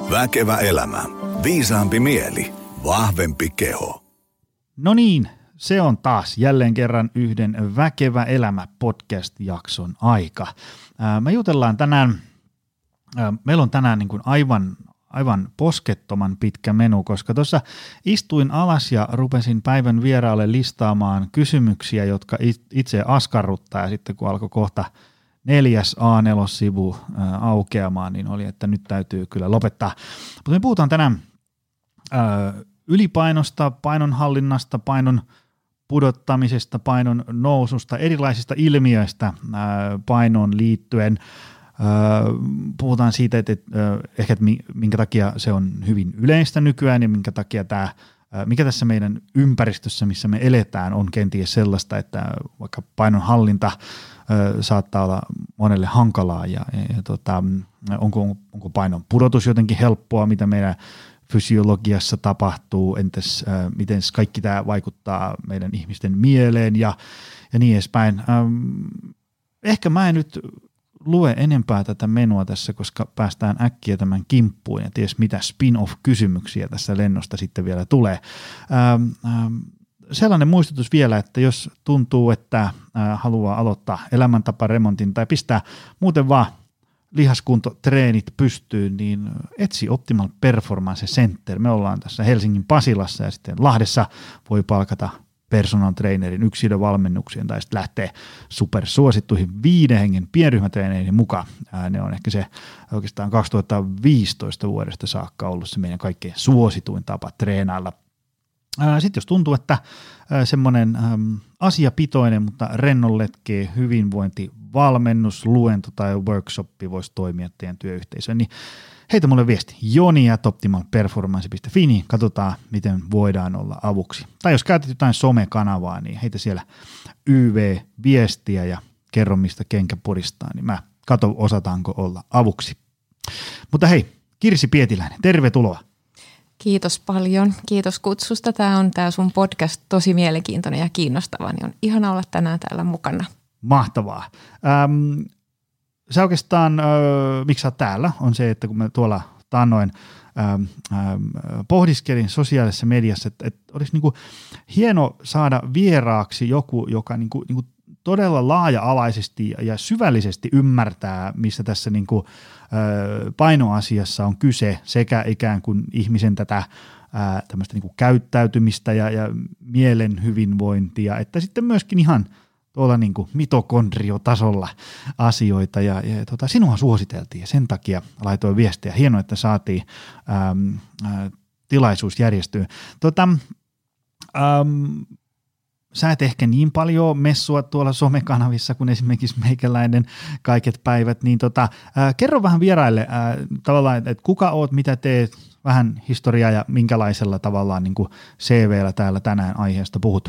Väkevä elämä. Viisaampi mieli. Vahvempi keho. No niin, se on taas jälleen kerran yhden Väkevä elämä podcast-jakson aika. Meillä on tänään niin kuin aivan poskettoman pitkä menu, koska tuossa istuin alas ja rupesin päivän vieraalle listaamaan kysymyksiä, jotka itse askarruttaa, ja sitten kun alkoi kohta 4. A4-sivu aukeamaan, niin oli, että nyt täytyy kyllä lopettaa. Mutta me puhutaan tänään ylipainosta, painonhallinnasta, painon pudottamisesta, painon noususta, erilaisista ilmiöistä painoon liittyen. Puhutaan siitä, että minkä takia se on hyvin yleistä nykyään ja mikä tässä meidän ympäristössä, missä me eletään, on kenties sellaista, että vaikka painonhallinta saattaa olla monelle hankalaa ja onko painon pudotus jotenkin helppoa, mitä meidän fysiologiassa tapahtuu, entäs miten kaikki tämä vaikuttaa meidän ihmisten mieleen ja niin edespäin. Ehkä mä en nyt lue enempää tätä menua tässä, koska päästään äkkiä tämän kimppuun ja ties mitä spin-off-kysymyksiä tässä lennosta sitten vielä tulee. Sellainen muistutus vielä, että jos tuntuu, että haluaa aloittaa elämäntaparemontin tai pistää muuten vaan lihaskuntotreenit pystyyn, niin etsi Optimal Performance Center. Me ollaan tässä Helsingin Pasilassa ja sitten Lahdessa voi palkata personal trainerin yksilövalmennuksien tai sitten lähtee supersuosittuihin 5 hengen pienryhmätreeneihin mukaan. Ne on ehkä se oikeastaan 2015 vuodesta saakka ollut se meidän kaikkein suosituin tapa treenailla. Sitten jos tuntuu, että semmoinen asiapitoinen, mutta rennonletkee hyvinvointivalmennus, luento tai workshoppi voisi toimia teidän työyhteisöön, niin heitä mulle viesti joni@optimalperformance.fi, niin katsotaan, miten voidaan olla avuksi. Tai jos käytät jotain somekanavaa, niin heitä siellä YV-viestiä ja kerro, mistä kenkä puristaa, niin mä katson, osataanko olla avuksi. Mutta hei, Kirsi Pietiläinen, tervetuloa. Kiitos paljon. Kiitos kutsusta. Tämä on sun podcast tosi mielenkiintoinen ja kiinnostava, niin on ihana olla tänään täällä mukana. Mahtavaa. Se oikeastaan, miksi sä oot täällä, on se, että kun mä tuolla taannoin pohdiskelin sosiaalisessa mediassa, että olisi niinku hieno saada vieraaksi joku, joka niinku todella laaja-alaisesti ja syvällisesti ymmärtää, missä tässä niinku painoasiassa on kyse, sekä ikään kuin ihmisen tätä tämmöistä niinku käyttäytymistä ja mielen hyvinvointia, että sitten myöskin ihan tuolla niinku mitokondriotasolla asioita ja sinua suositeltiin ja sen takia laitoin viestiä. Hienoa, että saatiin tilaisuus järjestyä. Sä et ehkä niin paljon messua tuolla somekanavissa kuin esimerkiksi meikäläinen kaiket päivät, niin kerro vähän vieraille tavallaan, että kuka oot, mitä teet, vähän historiaa ja minkälaisella tavallaan niin kuin CV:llä täällä tänään aiheesta puhut.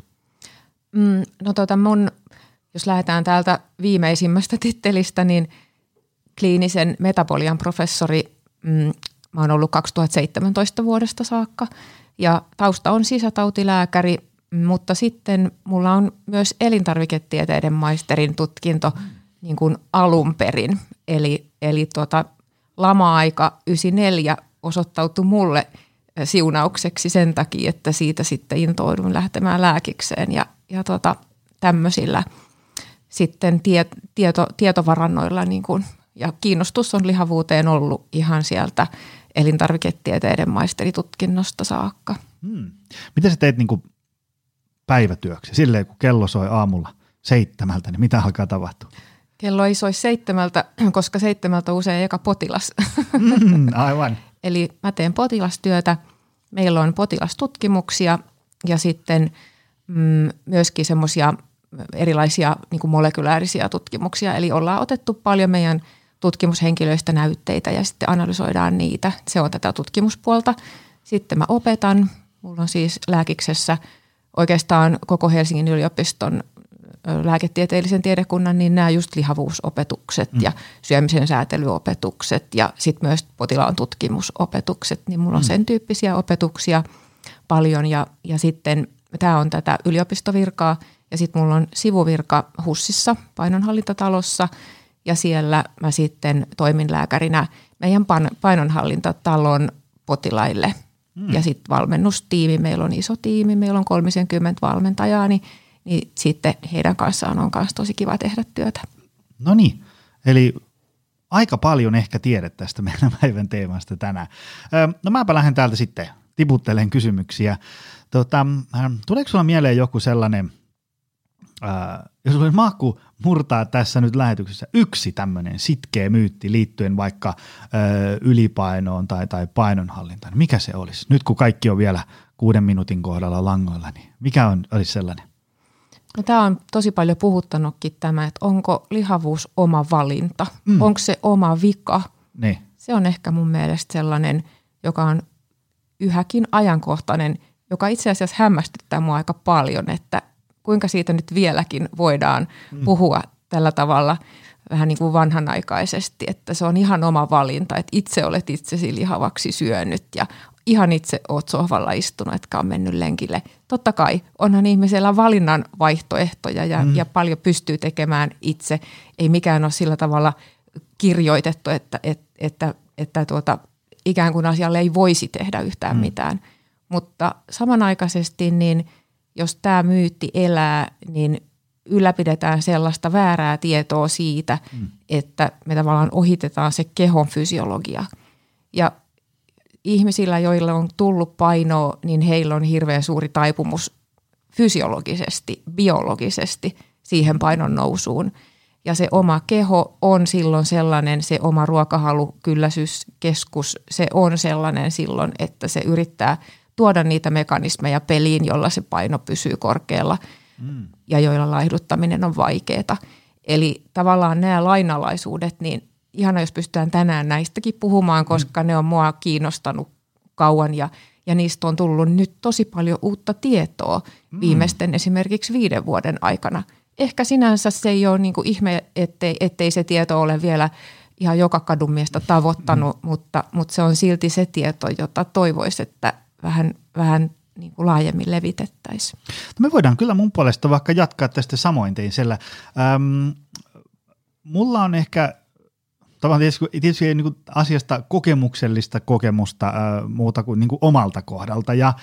Jos lähdetään täältä viimeisimmästä tittelistä, niin kliinisen metabolian professori, mä oon ollut 2017 vuodesta saakka ja tausta on sisätautilääkäri, mutta sitten mulla on myös elintarviketieteiden maisterin tutkinto niin kuin alun perin. Eli lama-aika 94 osoittautui mulle siunaukseksi sen takia, että siitä sitten intouduin lähtemään lääkikseen ja tämmöisillä sitten tietovarannoilla niin kuin, ja kiinnostus on lihavuuteen ollut ihan sieltä elintarviketieteiden maisteritutkinnosta saakka. Mitä sä teet niin kuin päivätyöksi? Silleen kun kello soi aamulla 7, niin mitä alkaa tapahtua? Kello ei soi 7, koska 7 usein eka potilas. Aivan. Eli mä teen potilastyötä, meillä on potilastutkimuksia ja sitten myöskin semmoisia erilaisia niin kuin molekyläärisiä tutkimuksia. Eli ollaan otettu paljon meidän tutkimushenkilöistä näytteitä ja sitten analysoidaan niitä. Se on tätä tutkimuspuolta. Sitten mä opetan. Mulla on siis lääkiksessä oikeastaan koko Helsingin yliopiston lääketieteellisen tiedekunnan, niin nämä just lihavuusopetukset ja syömisen säätelyopetukset ja sitten myös potilaan tutkimusopetukset, niin mulla on sen tyyppisiä opetuksia paljon ja sitten tämä on tätä yliopistovirkaa ja sitten mulla on sivuvirka HUSissa, painonhallintatalossa ja siellä mä sitten toimin lääkärinä meidän painonhallintatalon potilaille. Ja sitten valmennustiimi, meillä on iso tiimi, meillä on 30 valmentajaa, niin sitten heidän kanssaan on myös tosi kiva tehdä työtä. No niin, eli aika paljon ehkä tiedät tästä meidän päivän teemasta tänään. No mäpä lähden täältä sitten tiputtelemaan kysymyksiä. Tuleeko sulla mieleen joku sellainen, jos olisi mahku murtaa tässä nyt lähetyksessä yksi tämmöinen sitkeä myytti liittyen vaikka ylipainoon tai painonhallintaan, mikä se olisi? Nyt kun kaikki on vielä 6 minuutin kohdalla langoilla, niin mikä olisi sellainen? No, tämä on tosi paljon puhuttanutkin tämä, että onko lihavuus oma valinta, onko se oma vika. Ne. Se on ehkä mun mielestä sellainen, joka on yhäkin ajankohtainen, joka itse asiassa hämmästyttää mua aika paljon, että kuinka siitä nyt vieläkin voidaan puhua tällä tavalla vähän niin kuin vanhanaikaisesti, että se on ihan oma valinta, että itse olet itsesi lihavaksi syönyt ja ihan itse oot sohvalla istunut, etkä on mennyt lenkille. Totta kai onhan ihmisellä valinnan vaihtoehtoja ja paljon pystyy tekemään itse. Ei mikään ole sillä tavalla kirjoitettu, että ikään kuin asialle ei voisi tehdä yhtään mitään. Mutta samanaikaisesti, niin jos tämä myytti elää, niin ylläpidetään sellaista väärää tietoa siitä, että me tavallaan ohitetaan se kehon fysiologia. Ja ihmisillä, joilla on tullut painoa, niin heillä on hirveän suuri taipumus fysiologisesti, biologisesti siihen painon nousuun. Ja se oma keho on silloin sellainen, se oma ruokahalu, kylläisyyskeskus, se on sellainen silloin, että se yrittää tuoda niitä mekanismeja peliin, jolla se paino pysyy korkealla ja joilla laihduttaminen on vaikeaa. Eli tavallaan nämä lainalaisuudet, niin ihana, jos pystytään tänään näistäkin puhumaan, koska ne on mua kiinnostanut kauan ja niistä on tullut nyt tosi paljon uutta tietoa viimeisten esimerkiksi 5 vuoden aikana. Ehkä sinänsä se ei ole niin kuin ihme, ettei se tieto ole vielä ihan joka kadun miestä tavoittanut, mutta se on silti se tieto, jota toivoisi, että vähän niin kuin laajemmin levitettäisiin. Me voidaan kyllä mun puolesta vaikka jatkaa tästä samoin tein siellä. Mulla on ehkä tavallaan tietysti ei niin kuin asiasta kokemuksellista kokemusta muuta kuin, niin kuin omalta kohdalta ja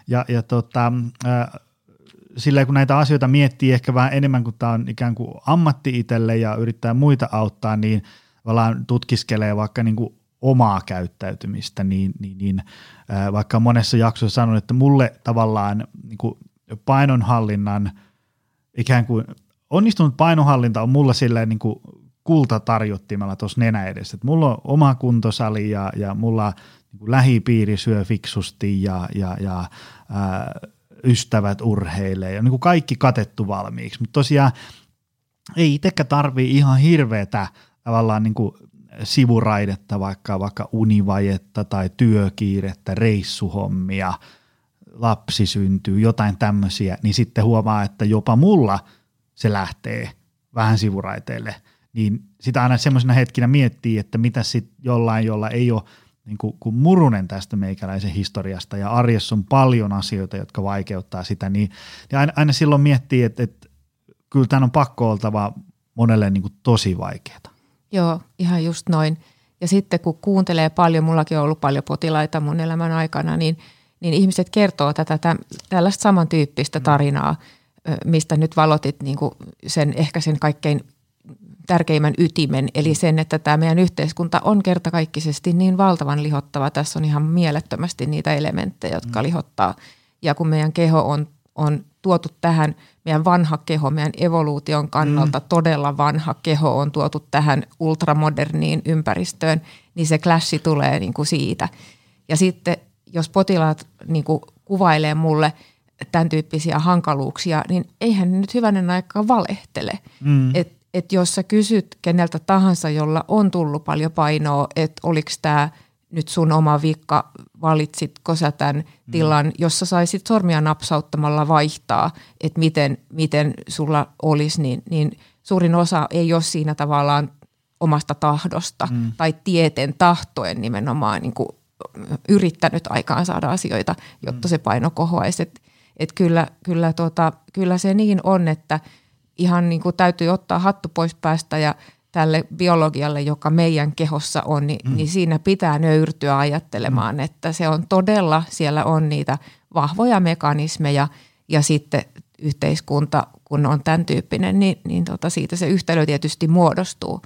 sillä kun näitä asioita miettii ehkä vähän enemmän kuin tämä on ikään kuin ammatti itselle ja yrittää muita auttaa, niin tavallaan tutkiskelee vaikka niin kuin omaa käyttäytymistä, niin vaikka monessa jaksossa sanon, että mulle tavallaan niin kuin painonhallinnan ikään kuin onnistunut painonhallinta on mulla silleen niin kuin kultatarjottimella tuossa nenä edessä. Että mulla on oma kuntosali ja mulla niin kuin lähipiiri syö fiksusti ja ystävät urheilee ja niin kuin kaikki katettu valmiiksi. Mutta tosiaan ei itsekään tarvii ihan hirveätä tavallaan niin kuin sivuraidetta, vaikka univajetta tai työkiirettä, reissuhommia, lapsi syntyy, jotain tämmöisiä, niin sitten huomaa, että jopa mulla se lähtee vähän sivuraiteille. Niin sitä aina semmoisena hetkinä miettii, että mitä sitten jollain, jolla ei ole niin kuin murunen tästä meikäläisen historiasta ja arjessa on paljon asioita, jotka vaikeuttaa sitä, niin aina silloin miettii, että kyllä tämän on pakko oltava monelle niin kuin tosi vaikeaa. Joo, ihan just noin. Ja sitten kun kuuntelee paljon, mullakin on ollut paljon potilaita mun elämän aikana, niin ihmiset kertoo tällaista samantyyppistä tarinaa, mistä nyt valotit niin kuin ehkä sen kaikkein tärkeimmän ytimen, eli sen, että tämä meidän yhteiskunta on kertakaikkisesti niin valtavan lihottava. Tässä on ihan mielettömästi niitä elementtejä, jotka lihottaa. Ja kun meidän keho on tuotu tähän, meidän vanha keho, meidän evoluution kannalta todella vanha keho on tuotu tähän ultramoderniin ympäristöön, niin se clashi tulee niin kuin siitä. Ja sitten jos potilaat niin kuin kuvailee mulle tämän tyyppisiä hankaluuksia, niin eihän ne nyt hyvänen aikaa valehtele. Että jos sä kysyt keneltä tahansa, jolla on tullut paljon painoa, että oliko tämä nyt sun oma vikka, valitsitko sä tämän tilan, jossa saisit sormia napsauttamalla vaihtaa, että miten sulla olisi, niin suurin osa ei ole siinä tavallaan omasta tahdosta tai tieten tahtoen nimenomaan niin kuin yrittänyt aikaan saada asioita, jotta se paino kohoaisi. Että kyllä se niin on, että ihan niin kuin täytyy ottaa hattu pois päästä ja tälle biologialle, joka meidän kehossa on, niin siinä pitää nöyrtyä ajattelemaan, että se on todella, siellä on niitä vahvoja mekanismeja ja sitten yhteiskunta, kun on tämän tyyppinen, niin siitä se yhtälö tietysti muodostuu.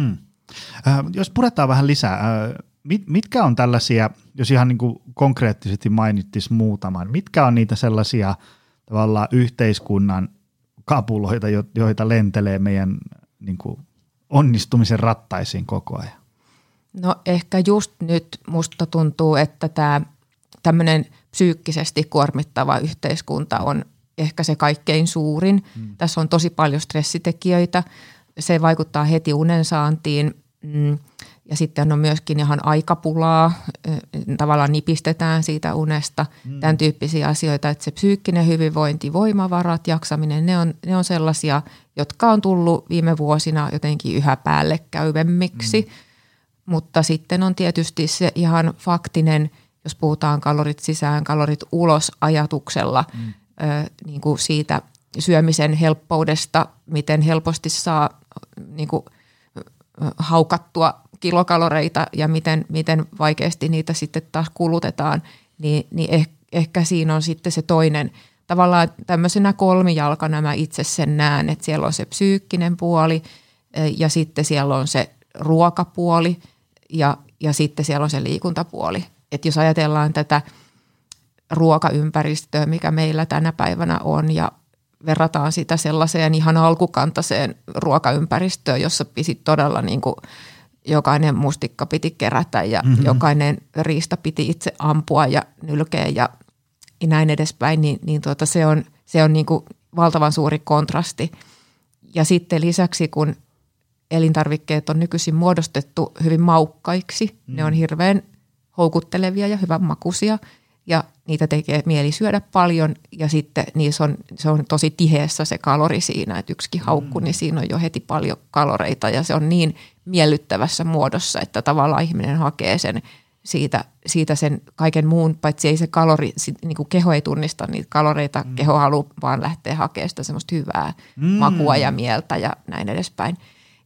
Jos puretaan vähän lisää, mitkä on tällaisia, jos ihan niin kuin konkreettisesti mainittisi muutaman, mitkä on niitä sellaisia tavallaan yhteiskunnan kapuloita, joita lentelee meidän niin kuin onnistumisen rattaisiin koko ajan? No ehkä just nyt musta tuntuu, että tämä tämmöinen psyykkisesti kuormittava yhteiskunta on ehkä se kaikkein suurin. Tässä on tosi paljon stressitekijöitä. Se vaikuttaa heti unen saantiin ja sitten on myöskin ihan aikapulaa. Tavallaan nipistetään siitä unesta. Tämän tyyppisiä asioita, että se psyykkinen hyvinvointi, voimavarat, jaksaminen, ne on sellaisia, jotka on tullut viime vuosina jotenkin yhä päällekkäyvemmiksi. Mutta sitten on tietysti se ihan faktinen, jos puhutaan kalorit sisään, kalorit ulos ajatuksella, niin kuin siitä syömisen helppoudesta, miten helposti saa niin kuin haukattua kilokaloreita ja miten vaikeasti niitä sitten taas kulutetaan, niin ehkä siinä on sitten se toinen. Tavallaan tämmöisenä kolmijalkana mä itse sen näen, että siellä on se psyykkinen puoli ja sitten siellä on se ruokapuoli ja sitten siellä on se liikuntapuoli. Että jos ajatellaan tätä ruokaympäristöä, mikä meillä tänä päivänä on ja verrataan sitä sellaiseen ihan alkukantaiseen ruokaympäristöön, jossa piti todella niin kuin jokainen mustikka piti kerätä ja jokainen riista piti itse ampua ja nylkeä ja näin edespäin, niin se on niin kuin valtavan suuri kontrasti. Ja sitten lisäksi, kun elintarvikkeet on nykyisin muodostettu hyvin maukkaiksi, ne on hirveän houkuttelevia ja hyvän makuisia ja niitä tekee mieli syödä paljon ja sitten se on tosi tiheässä se kalori siinä, että yksikin haukku, niin siinä on jo heti paljon kaloreita ja se on niin miellyttävässä muodossa, että tavallaan ihminen hakee sen siitä sen kaiken muun, paitsi ei se kalori, niin kuin keho ei tunnista niitä kaloreita, keho haluaa vaan lähteä hakemaan sitä semmoista hyvää makua ja mieltä ja näin edespäin.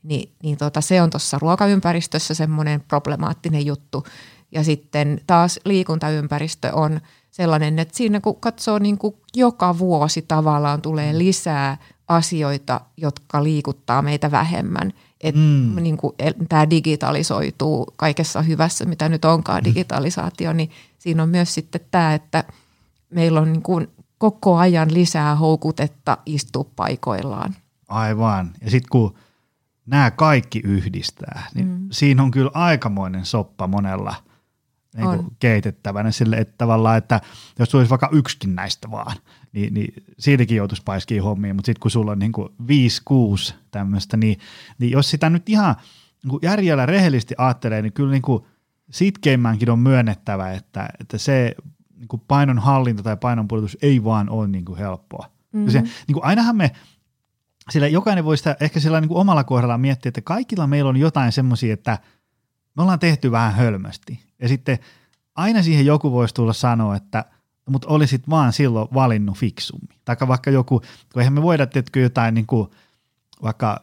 Se on tuossa ruokaympäristössä semmoinen problemaattinen juttu. Ja sitten taas liikuntaympäristö on sellainen, että siinä kun katsoo niin kuin joka vuosi tavallaan tulee lisää asioita, jotka liikuttaa meitä vähemmän. Että niin kuin tämä digitalisoituu kaikessa hyvässä, mitä nyt onkaan digitalisaatio, niin siinä on myös sitten tämä, että meillä on niin kuin koko ajan lisää houkutetta istua paikoillaan. Aivan. Ja sitten kun nämä kaikki yhdistää, niin siinä on kyllä aikamoinen soppa monella niin keitettävänä sille, että tavallaan, että jos olisi vaikka yksikin näistä vaan, niin siitäkin joutuisi paiskiin hommiin, mutta sitten kun sulla on niin 5-6 tämmöistä, niin jos sitä nyt ihan niin järjellä rehellisesti ajattelee, niin kyllä niin sitkeimmänkin on myönnettävä, että se niin painon hallinta tai painonpudotus ei vaan ole niin helppoa. Se, niin ainahan sillä jokainen voi sitä ehkä sillä niin omalla kohdallaan miettiä, että kaikilla meillä on jotain semmoisia, että me ollaan tehty vähän hölmösti. Ja sitten aina siihen joku voisi tulla sanoa, että mutta olisit vaan silloin valinnut fiksummin. Tai vaikka joku, kun eihän me voida tehdä jotain niin kuin vaikka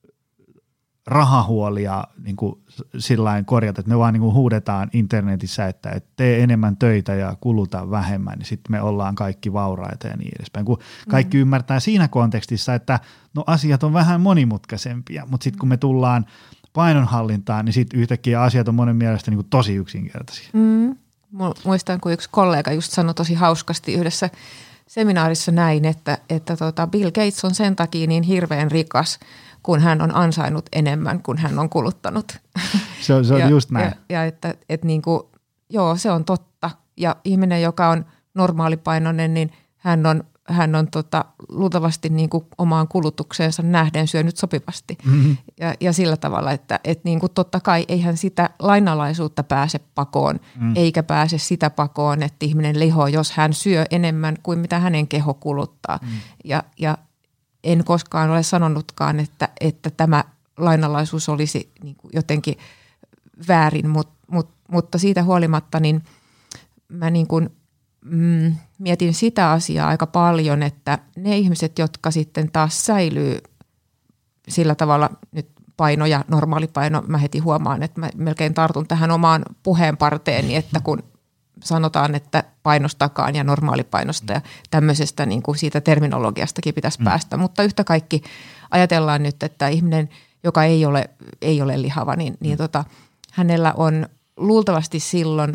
rahahuolia niin kuin sillain korjata, että me vaan niin kuin huudetaan internetissä, että tee enemmän töitä ja kuluta vähemmän, niin sitten me ollaan kaikki vauraita ja niin edespäin. Kun kaikki ymmärtää siinä kontekstissa, että no asiat on vähän monimutkaisempia, mutta sitten kun me tullaan painonhallintaan, niin sitten yhtäkkiä asiat on monen mielestä niin kuin tosi yksinkertaisia. Muistan, kun yksi kollega just sanoi tosi hauskasti yhdessä seminaarissa näin, että Bill Gates on sen takia niin hirveän rikas, kun hän on ansainnut enemmän kuin hän on kuluttanut. Se on just näin. Ja että niin kuin, joo, se on totta. Ja ihminen, joka on normaalipainoinen, niin hän on luultavasti niin kuin omaan kulutukseensa nähden syönyt sopivasti. Ja sillä tavalla, että niin kuin totta kai eihän sitä lainalaisuutta pääse pakoon, eikä pääse sitä pakoon, että ihminen lihoo, jos hän syö enemmän kuin mitä hänen keho kuluttaa. Ja en koskaan ole sanonutkaan, että tämä lainalaisuus olisi niin kuin jotenkin väärin, mutta siitä huolimatta niin mä niin kuin mietin sitä asiaa aika paljon, että ne ihmiset, jotka sitten taas säilyy sillä tavalla, nyt paino ja normaalipaino, mä heti huomaan, että mä melkein tartun tähän omaan puheenparteeni, että kun sanotaan, että painostakaan ja normaalipainosta ja tämmöisestä niin kuin siitä terminologiastakin pitäisi päästä, mutta yhtä kaikki ajatellaan nyt, että ihminen, joka ei ole lihava, niin hänellä on luultavasti silloin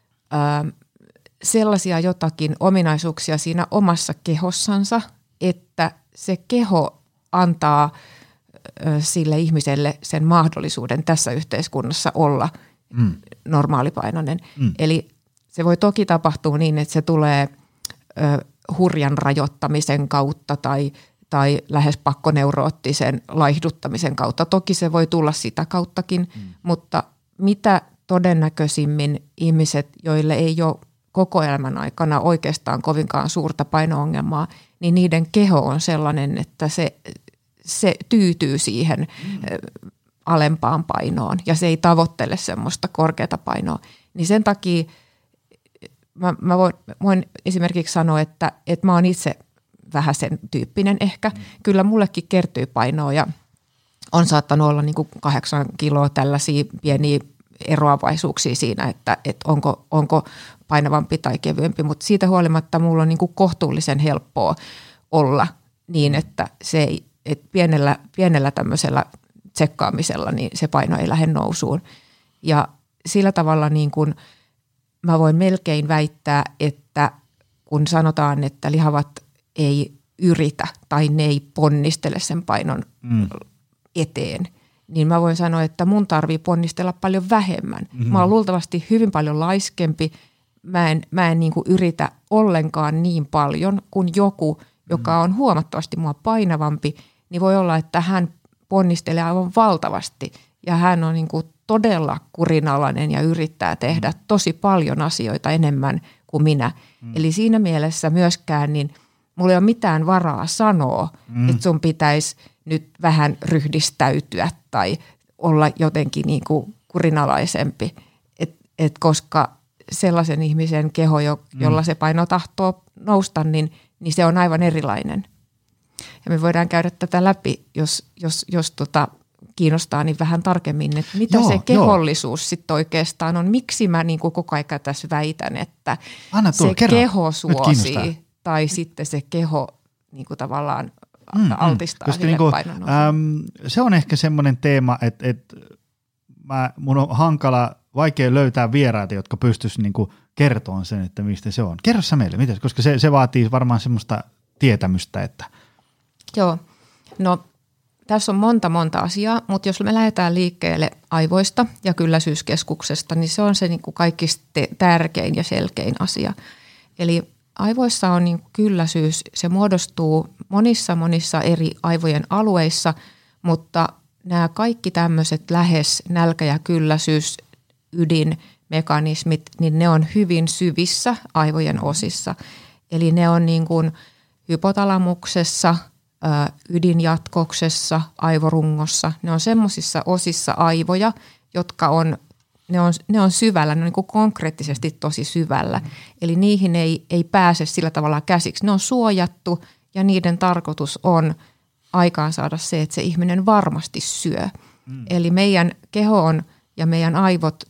sellaisia jotakin ominaisuuksia siinä omassa kehossansa, että se keho antaa sille ihmiselle sen mahdollisuuden tässä yhteiskunnassa olla normaalipainoinen. Eli se voi toki tapahtua niin, että se tulee hurjan rajoittamisen kautta tai lähes pakkoneuroottisen laihduttamisen kautta. Toki se voi tulla sitä kauttakin, mutta mitä todennäköisimmin ihmiset, joille ei ole koko elämän aikana oikeastaan kovinkaan suurta paino-ongelmaa, niin niiden keho on sellainen, että se tyytyy siihen alempaan painoon ja se ei tavoittele semmoista korkeata painoa. Niin sen takia mä voin esimerkiksi sanoa, että mä oon itse vähän sen tyyppinen ehkä. Kyllä mullekin kertyy painoa ja on saattanut olla niin kuin 8 kiloa tällaisia pieniä eroavaisuuksia siinä, että onko painavampi tai kevyempi, mutta siitä huolimatta mulla on niin kuin kohtuullisen helppoa olla niin, että pienellä tämmöisellä tsekkaamisella niin se paino ei lähde nousuun. Ja sillä tavalla niin kuin mä voin melkein väittää, että kun sanotaan, että lihavat ei yritä tai ne ei ponnistele sen painon eteen, niin mä voin sanoa, että mun tarvii ponnistella paljon vähemmän. Mä oon luultavasti hyvin paljon laiskempi. Mä en niin kuin yritä ollenkaan niin paljon kuin joku, joka on huomattavasti mua painavampi, niin voi olla, että hän ponnistelee aivan valtavasti ja hän on niin kuin todella kurinalainen ja yrittää tehdä tosi paljon asioita enemmän kuin minä. Eli siinä mielessä myöskään niin mulla ei ole mitään varaa sanoa, että sun pitäisi nyt vähän ryhdistäytyä tai olla jotenkin niin kuin kurinalaisempi, koska sellaisen ihmisen keho, jolla se paino tahtoo nousta, niin se on aivan erilainen. Ja me voidaan käydä tätä läpi, jos kiinnostaa niin vähän tarkemmin, että mitä se kehollisuus sitten oikeastaan on. Miksi mä niin kuin koko ajan tässä väitän, että se keho suosii tai sitten se keho niin kuin tavallaan altistaa sille niinku, se on ehkä semmoinen teema, että mun on vaikea löytää vieraita, jotka pystyisivät niinku kertomaan sen, että mistä se on. Kerro sä meille, miten? Koska se vaatii varmaan semmoista tietämystä. Että. Joo, no tässä on monta asiaa, mutta jos me lähdetään liikkeelle aivoista ja kylläisyyskeskuksesta, niin se on se niinku kaikista tärkein ja selkein asia. Eli aivoissa on niin kylläisyys, se muodostuu monissa eri aivojen alueissa, mutta nämä kaikki tämmöiset lähes nälkä- ja kylläisyys, ydinmekanismit, niin ne on hyvin syvissä aivojen osissa. Eli ne on niin kuin hypotalamuksessa, ydinjatkoksessa, aivorungossa. Ne on semmoisissa osissa aivoja, jotka ne on syvällä, ne on niin kuin konkreettisesti tosi syvällä. Eli niihin ei pääse sillä tavalla käsiksi. Ne on suojattu ja niiden tarkoitus on aikaansaada se, että se ihminen varmasti syö. Eli meidän keho on ja meidän aivot,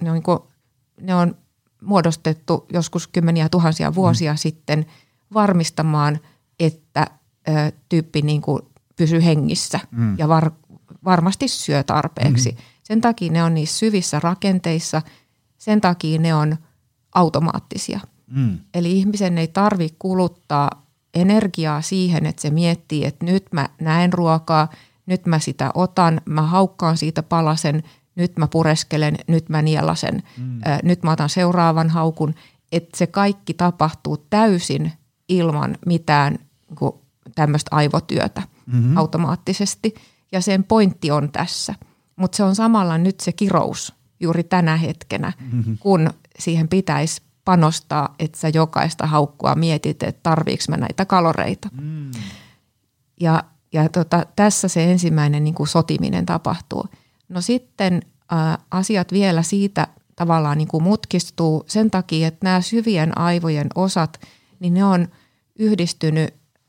ne on muodostettu joskus kymmeniä tuhansia vuosia sitten varmistamaan, että tyyppi niin kuin pysyy hengissä ja varmasti syö tarpeeksi. Sen takia ne on niissä syvissä rakenteissa, sen takia ne on automaattisia. Eli ihmisen ei tarvitse kuluttaa energiaa siihen, että se miettii, että nyt mä näen ruokaa, nyt mä sitä otan, mä haukkaan siitä palasen, nyt mä pureskelen, nyt mä nielasen, nyt mä otan seuraavan haukun. Että se kaikki tapahtuu täysin ilman mitään niin tämmöistä aivotyötä automaattisesti. Ja sen pointti on tässä. Mutta se on samalla nyt se kirous juuri tänä hetkenä, kun siihen pitäisi panostaa, että sä jokaista haukkua mietit, että tarviiko mä näitä kaloreita. Ja tässä se ensimmäinen niin kuin sotiminen tapahtuu. No sitten asiat vielä siitä tavallaan niin kuin mutkistuu sen takia, että nämä syvien aivojen osat, niin ne on yhdistynyt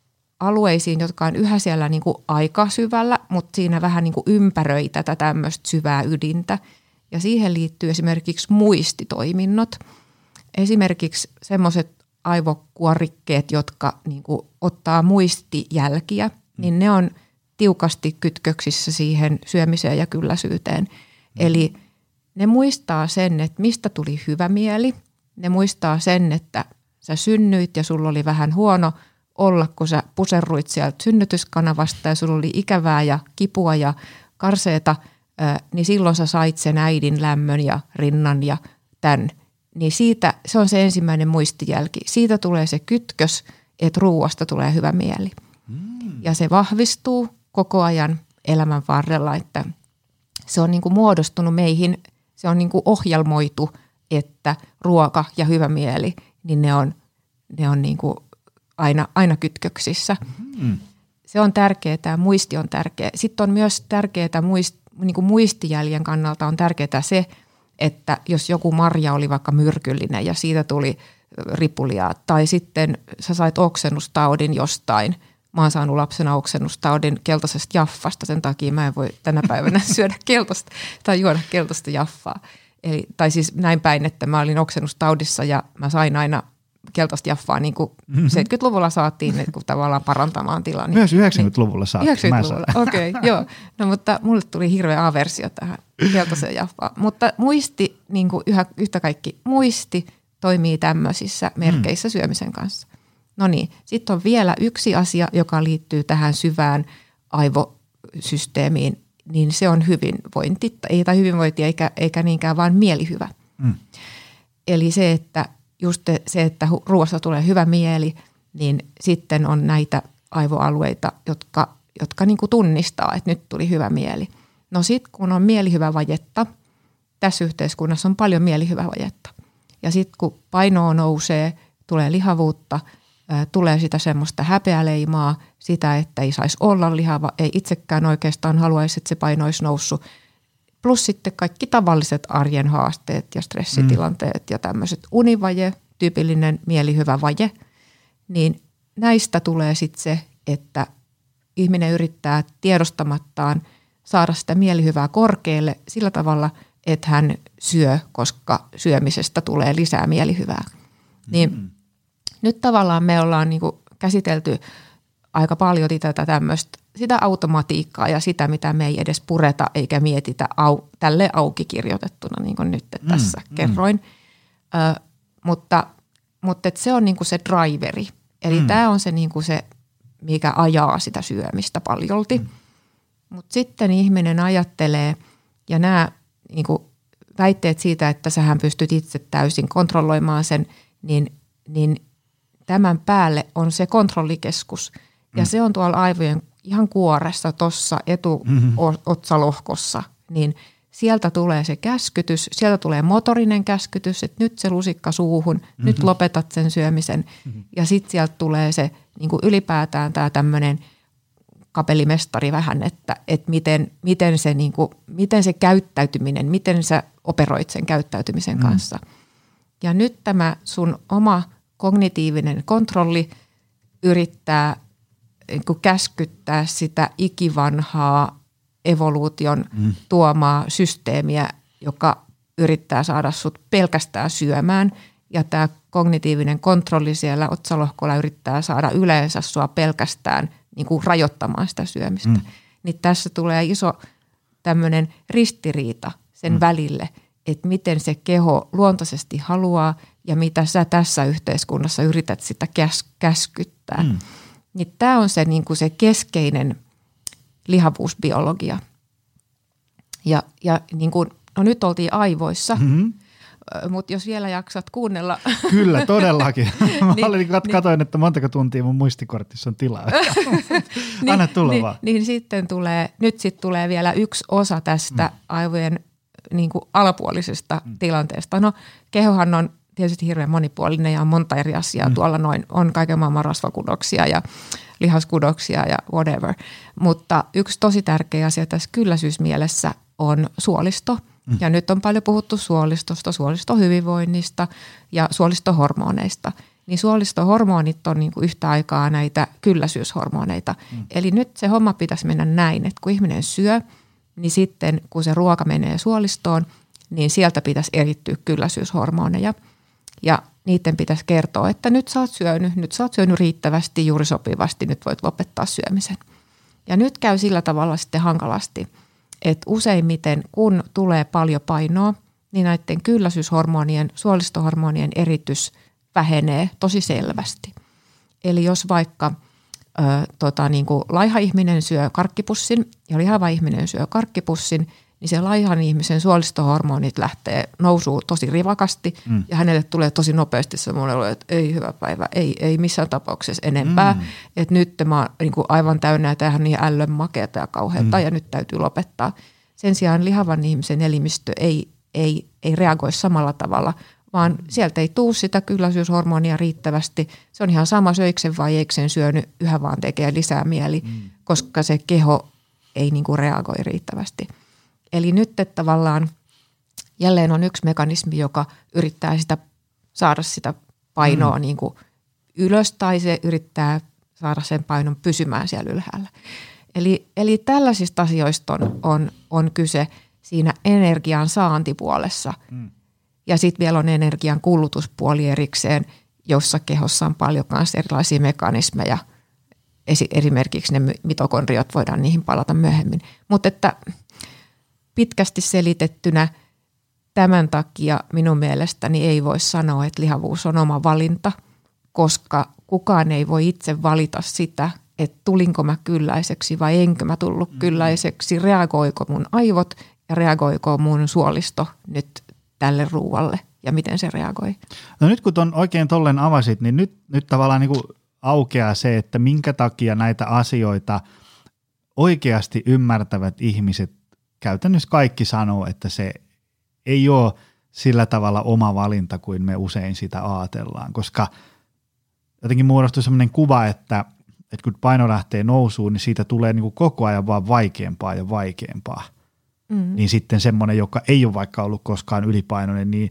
alueisiin, jotka on yhä siellä niin kuin aika syvällä, mutta siinä vähän niin kuin ympäröi tätä tämmöistä syvää ydintä. Ja siihen liittyy esimerkiksi muistitoiminnot. Esimerkiksi semmoiset aivokuorikkeet, jotka niin kuin ottaa muistijälkiä, niin ne on tiukasti kytköksissä siihen syömiseen ja kylläisyyteen. Eli ne muistaa sen, että mistä tuli hyvä mieli. Ne muistaa sen, että sä synnyit ja sulla oli vähän huono olla, kun sä puserruit sieltä synnytyskanavasta ja sulla oli ikävää ja kipua ja karseeta, niin silloin sä sait sen äidin lämmön ja rinnan ja tämän. Niin siitä, se on se ensimmäinen muistijälki. Siitä tulee se kytkös, että ruuasta tulee hyvä mieli. Ja se vahvistuu koko ajan elämän varrella, että se on niin kuin muodostunut meihin, se on niin kuin ohjelmoitu, että ruoka ja hyvä mieli, niin ne on niin kuin aina kytköksissä. Se on tärkeää, tämä muisti on tärkeä. Sitten on myös tärkeää, niin kuin muistijäljen kannalta on tärkeää se, että jos joku marja oli vaikka myrkyllinen ja siitä tuli ripulia, tai sitten sä sait oksennustaudin jostain. Mä oon saanut lapsena oksennustaudin keltaisesta jaffasta, sen takia mä en voi tänä päivänä syödä keltaista tai juoda keltaista jaffaa. Eli, tai siis näin päin, että mä olin oksennustaudissa ja mä sain aina keltaista jaffaa, niin kuin 70-luvulla saatiin niin kuin tavallaan parantamaan tilaa. Myös 90-luvulla saatiin. 90-luvulla, okei, joo. No mutta mulle tuli hirveä aversio tähän keltaiseen jaffaan. Mutta muisti, niin kuin yhtä kaikki, muisti toimii tämmöisissä merkeissä syömisen kanssa. No niin, sitten on vielä yksi asia, joka liittyy tähän syvään aivosysteemiin, niin se on hyvinvointi, tai hyvinvointi eikä niinkään vaan mielihyvä. Eli se, että just se, että ruoasta tulee hyvä mieli, niin sitten on näitä aivoalueita, jotka niin kuin tunnistaa, että nyt tuli hyvä mieli. No sitten kun on mielihyvävajetta, tässä yhteiskunnassa on paljon mielihyvävajetta. Ja sitten kun painoa nousee, tulee lihavuutta, tulee sitä semmoista häpeäleimaa, sitä, että ei saisi olla lihava, ei itsekään oikeastaan haluaisi, että se paino olisi noussut. Plus sitten kaikki tavalliset arjen haasteet ja stressitilanteet ja tämmöiset univaje, tyypillinen mielihyvävaje, niin näistä tulee sitten se, että ihminen yrittää tiedostamattaan saada sitä mielihyvää korkealle sillä tavalla, että hän syö, koska syömisestä tulee lisää mielihyvää. Niin nyt tavallaan me ollaan niinku käsitelty aika paljon tätä tämmöistä, sitä automatiikkaa ja sitä, mitä me ei edes pureta eikä mietitä tälle auki kirjoitettuna, niin kuin nyt tässä kerroin. Mutta se on niinku se driveri. Eli tämä on se, niinku se, mikä ajaa sitä syömistä paljolti. Mutta sitten ihminen ajattelee, ja nämä niinku väitteet siitä, että sähän pystyt itse täysin kontrolloimaan sen, niin tämän päälle on se kontrollikeskus. Ja se on tuolla aivojen ihan kuoressa tuossa etuotsalohkossa, niin sieltä tulee se käskytys, sieltä tulee motorinen käskytys, että nyt se lusikka suuhun, nyt lopetat sen syömisen. Ja sitten sieltä tulee se niin kuin ylipäätään tämä tämmöinen kapellimestari vähän, että miten se käyttäytyminen, miten sä operoit sen käyttäytymisen kanssa. Ja nyt tämä sun oma kognitiivinen kontrolli yrittää käskyttää sitä ikivanhaa evoluution tuomaa systeemiä, joka yrittää saada sut pelkästään syömään. Ja tämä kognitiivinen kontrolli siellä otsalohkolla yrittää saada yleensä sua pelkästään niin kuin rajoittamaan sitä syömistä. Niin tässä tulee iso tämmöinen ristiriita sen välille, että miten se keho luontaisesti haluaa ja mitä sä tässä yhteiskunnassa yrität sitä käskyttää. Niin tämä on se, niin kuin se keskeinen lihavuusbiologia. Ja niin kuin, no nyt oltiin aivoissa, mutta jos vielä jaksat kuunnella. Kyllä, todellakin. Mä katoin, että montako tuntia mun muistikortissa on tilaa. Anna tulla vaan. Niin sitten nyt tulee vielä yksi osa tästä aivojen niin kuin alapuolisesta tilanteesta. No kehohan on tietysti hirveän monipuolinen ja on monta eri asiaa. Tuolla noin on kaiken maailman rasvakudoksia ja lihaskudoksia ja whatever. Mutta yksi tosi tärkeä asia tässä kylläisyysmielessä on suolisto. Ja nyt on paljon puhuttu suolistosta, suolistohyvinvoinnista ja suolistohormoneista. niin suolistohormonit on niin kuin yhtä aikaa näitä kylläisyyshormoneita. Eli nyt se homma pitäisi mennä näin, että kun ihminen syö, niin sitten kun se ruoka menee suolistoon, niin sieltä pitäisi erittyä kylläisyyshormoneja. Ja niiden pitäisi kertoa, että nyt sä oot syönyt riittävästi, juuri sopivasti, nyt voit lopettaa syömisen. Ja nyt käy sillä tavalla sitten hankalasti, että useimmiten kun tulee paljon painoa, niin näiden kylläisyyshormonien, suolistohormonien eritys vähenee tosi selvästi. Eli jos vaikka niin kuin laiha ihminen syö karkkipussin ja lihava ihminen syö karkkipussin, niin se laihan ihmisen suolistohormonit lähtee nousuun tosi rivakasti ja hänelle tulee tosi nopeasti semmoinen olo, että ei hyvä päivä, ei missään tapauksessa enempää. Että nyt mä oon niin kuin aivan täynnä ja tämähän on niin ällön makeata ja kauheata ja nyt täytyy lopettaa. Sen sijaan lihavan ihmisen elimistö ei reagoi samalla tavalla, vaan sieltä ei tule sitä kylläisyyshormonia riittävästi. Se on ihan sama söiksen vai eikö sen syönyt, yhä vaan tekee lisää mieli, koska se keho ei niin kuin reagoi riittävästi. Eli nyt että tavallaan jälleen on yksi mekanismi, joka yrittää saada sitä painoa niin kuin ylös tai se yrittää saada sen painon pysymään siellä ylhäällä. Eli tällaisista asioista on kyse siinä energian saantipuolessa. Ja sitten vielä on energian kulutuspuoli erikseen, jossa kehossa on paljon myös erilaisia mekanismeja. Esimerkiksi ne mitokondriot, voidaan niihin palata myöhemmin. Mutta että pitkästi selitettynä tämän takia minun mielestäni ei voi sanoa, että lihavuus on oma valinta, koska kukaan ei voi itse valita sitä, että tulinko mä kylläiseksi vai enkö mä tullut kylläiseksi, reagoiko mun aivot ja reagoiko mun suolisto nyt tälle ruualle ja miten se reagoi. No nyt kun ton oikein tollen avasit, niin nyt tavallaan niin kuin aukeaa se, että minkä takia näitä asioita oikeasti ymmärtävät ihmiset käytännössä kaikki sanoo, että se ei ole sillä tavalla oma valinta kuin me usein sitä ajatellaan, koska jotenkin muodostuu sellainen kuva, että kun paino lähtee nousuun, niin siitä tulee niin kuin koko ajan vaan vaikeampaa ja vaikeampaa. Niin sitten semmoinen, joka ei ole vaikka ollut koskaan ylipainoinen, niin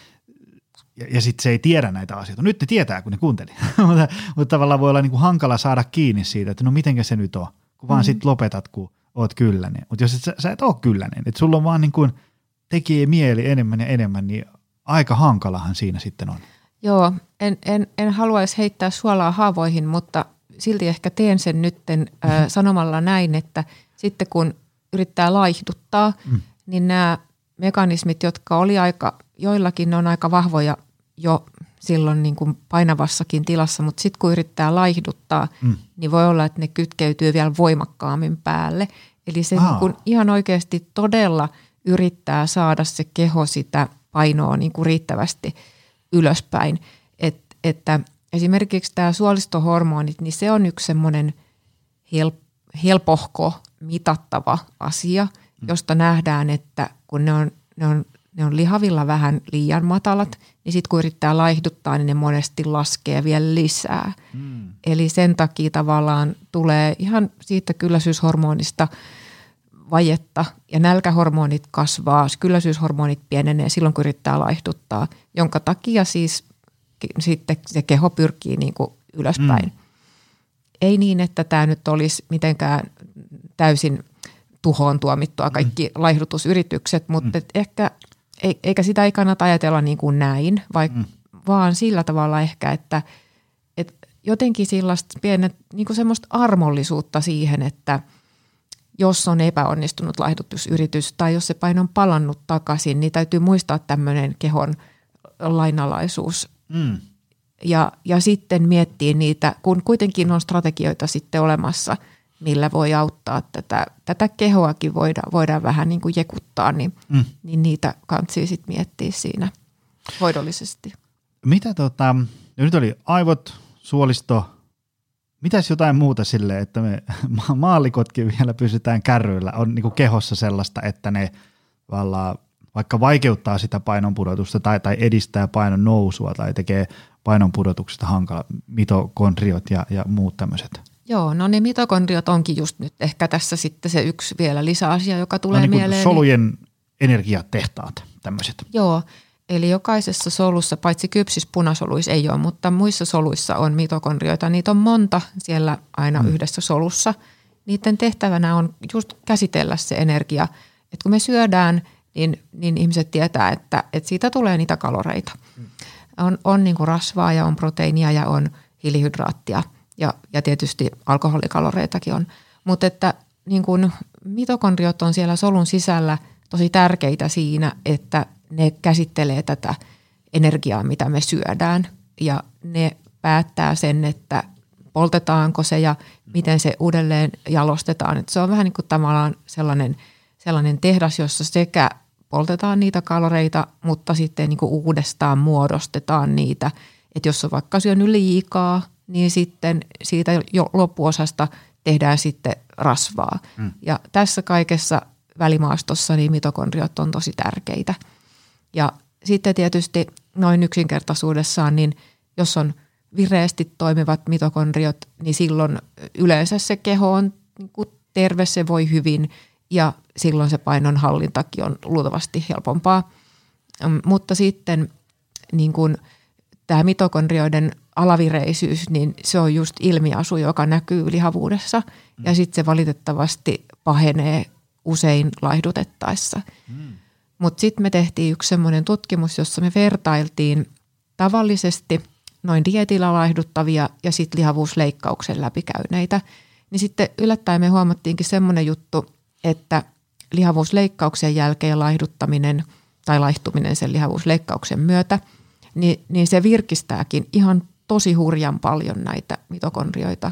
ja sitten se ei tiedä näitä asioita. Nyt ne tietää, kun ne kuunteli. Mutta tavallaan voi olla niin kuin hankala saada kiinni siitä, että no mitenkä se nyt on, kun vaan sitten lopetat, kun oot kylläinen. Mutta jos sä et ole kylläinen, että sulla on vaan niin kuin tekee mieli enemmän ja enemmän, niin aika hankalahan siinä sitten on. Joo, en haluaisi heittää suolaa haavoihin, mutta silti ehkä teen sen nytten sanomalla näin, että sitten kun yrittää laihduttaa, niin nämä mekanismit, jotka oli joillakin ne on aika vahvoja jo silloin niin kuin painavassakin tilassa, mutta sitten kun yrittää laihduttaa, niin voi olla, että ne kytkeytyy vielä voimakkaammin päälle. Eli se niin kuin ihan oikeasti todella yrittää saada se keho sitä painoa niin kuin riittävästi ylöspäin. Että esimerkiksi tämä suolistohormonit, niin se on yksi semmoinen helpohko mitattava asia, josta nähdään, että kun ne on lihavilla vähän liian matalat, niin sitten kun yrittää laihduttaa, niin ne monesti laskee vielä lisää. Eli sen takia tavallaan tulee ihan siitä kylläisyyshormonista vajetta ja nälkähormonit kasvaa, kylläisyyshormonit pienenee silloin, kun yrittää laihduttaa, jonka takia siis sitten se keho pyrkii niin kuin ylöspäin. Ei niin, että tämä nyt olisi mitenkään täysin tuhoon tuomittua kaikki laihdutusyritykset, mutta ehkä eikä sitä ei kannata ajatella niin kuin näin, vaan sillä tavalla ehkä, että jotenkin sellaista pienet niin kuin semmoista armollisuutta siihen, että jos on epäonnistunut laihdutusyritys tai jos se paino on palannut takaisin, niin täytyy muistaa tämmöinen kehon lainalaisuus. Ja sitten miettiä niitä, kun kuitenkin on strategioita sitten olemassa, millä voi auttaa tätä kehoakin voidaan vähän niin kuin jekuttaa, niin niitä kantsii sitten miettiä siinä hoidollisesti. Mitä nyt oli aivot, suolisto, mitäs jotain muuta silleen, että me maallikotkin vielä pysytään kärryillä, on niin kuin kehossa sellaista, että ne vaikka vaikeuttaa sitä painonpudotusta tai edistää painon nousua tai tekee painonpudotuksesta hankala, mitokondriot ja muut tämmöiset. Joo, no ne mitokondriot onkin just nyt ehkä tässä sitten se yksi vielä lisäasia, joka tulee niin mieleen. Solujen energiatehtaat, tämmöiset. Joo, Eli jokaisessa solussa, paitsi kypsissä punasoluissa ei ole, mutta muissa soluissa on mitokondrioita. Niitä on monta siellä aina yhdessä solussa. Niiden tehtävänä on just käsitellä se energia. Et kun me syödään, niin ihmiset tietää, että siitä tulee niitä kaloreita. On niin kuin rasvaa ja on proteiinia ja on hiilihydraattia ja tietysti alkoholikaloreitakin on. Mutta että niin kuin mitokondriot on siellä solun sisällä tosi tärkeitä siinä, että ne käsittelee tätä energiaa, mitä me syödään ja ne päättää sen, että poltetaanko se ja miten se uudelleen jalostetaan. Et se on vähän niin kuin tavallaan sellainen tehdas, jossa sekä poltetaan niitä kaloreita, mutta sitten niin kuin uudestaan muodostetaan niitä. Että jos on vaikka syönyt liikaa, niin sitten siitä jo loppuosasta tehdään sitten rasvaa. Ja tässä kaikessa välimaastossa niin mitokondriot on tosi tärkeitä. Ja sitten tietysti noin yksinkertaisuudessaan, niin jos on vireästi toimivat mitokondriot, niin silloin yleensä se keho on niin kuin terve, se voi hyvin ja silloin se painonhallintakin on luultavasti helpompaa. Mutta sitten niin kuin tämä mitokondrioiden alavireisyys, niin se on just ilmiasu, joka näkyy lihavuudessa ja sitten se valitettavasti pahenee usein laihdutettaessa. Mutta sitten me tehtiin yksi semmoinen tutkimus, jossa me vertailtiin tavallisesti noin dietillä laihduttavia ja sitten lihavuusleikkauksen läpikäyneitä. Niin sitten yllättäen me huomattiinkin semmoinen juttu, että lihavuusleikkauksen jälkeen laihduttaminen tai laihtuminen sen lihavuusleikkauksen myötä, niin se virkistääkin ihan tosi hurjan paljon näitä mitokondrioita.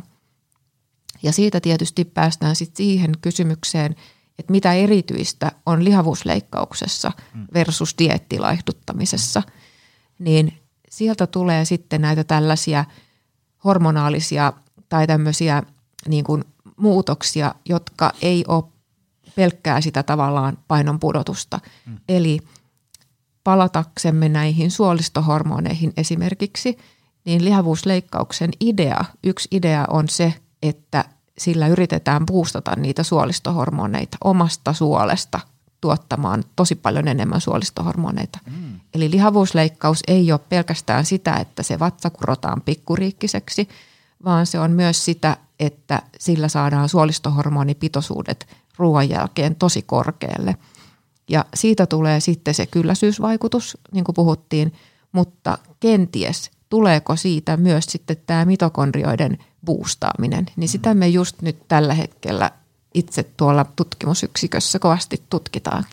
Ja siitä tietysti päästään sitten siihen kysymykseen, että mitä erityistä on lihavuusleikkauksessa versus dieettilaihduttamissa, niin sieltä tulee sitten näitä tällaisia hormonaalisia tai tämmöisiä niin kuin muutoksia, jotka ei ole pelkkää sitä tavallaan painon pudotusta. Eli palataksemme näihin suolistohormoneihin esimerkiksi, niin lihavuusleikkauksen yksi idea on se, että sillä yritetään boostata niitä suolistohormoneita omasta suolesta tuottamaan tosi paljon enemmän suolistohormoneita. Eli lihavuusleikkaus ei ole pelkästään sitä, että se vatsa kurotaan pikkuriikkiseksi, vaan se on myös sitä, että sillä saadaan suolistohormonipitoisuudet ruoan jälkeen tosi korkealle. Ja siitä tulee sitten se kylläisyysvaikutus, niin kuin puhuttiin, mutta kenties tuleeko siitä myös sitten tämä mitokondrioiden boostaaminen, niin sitä me just nyt tällä hetkellä itse tuolla tutkimusyksikössä kovasti tutkitaan.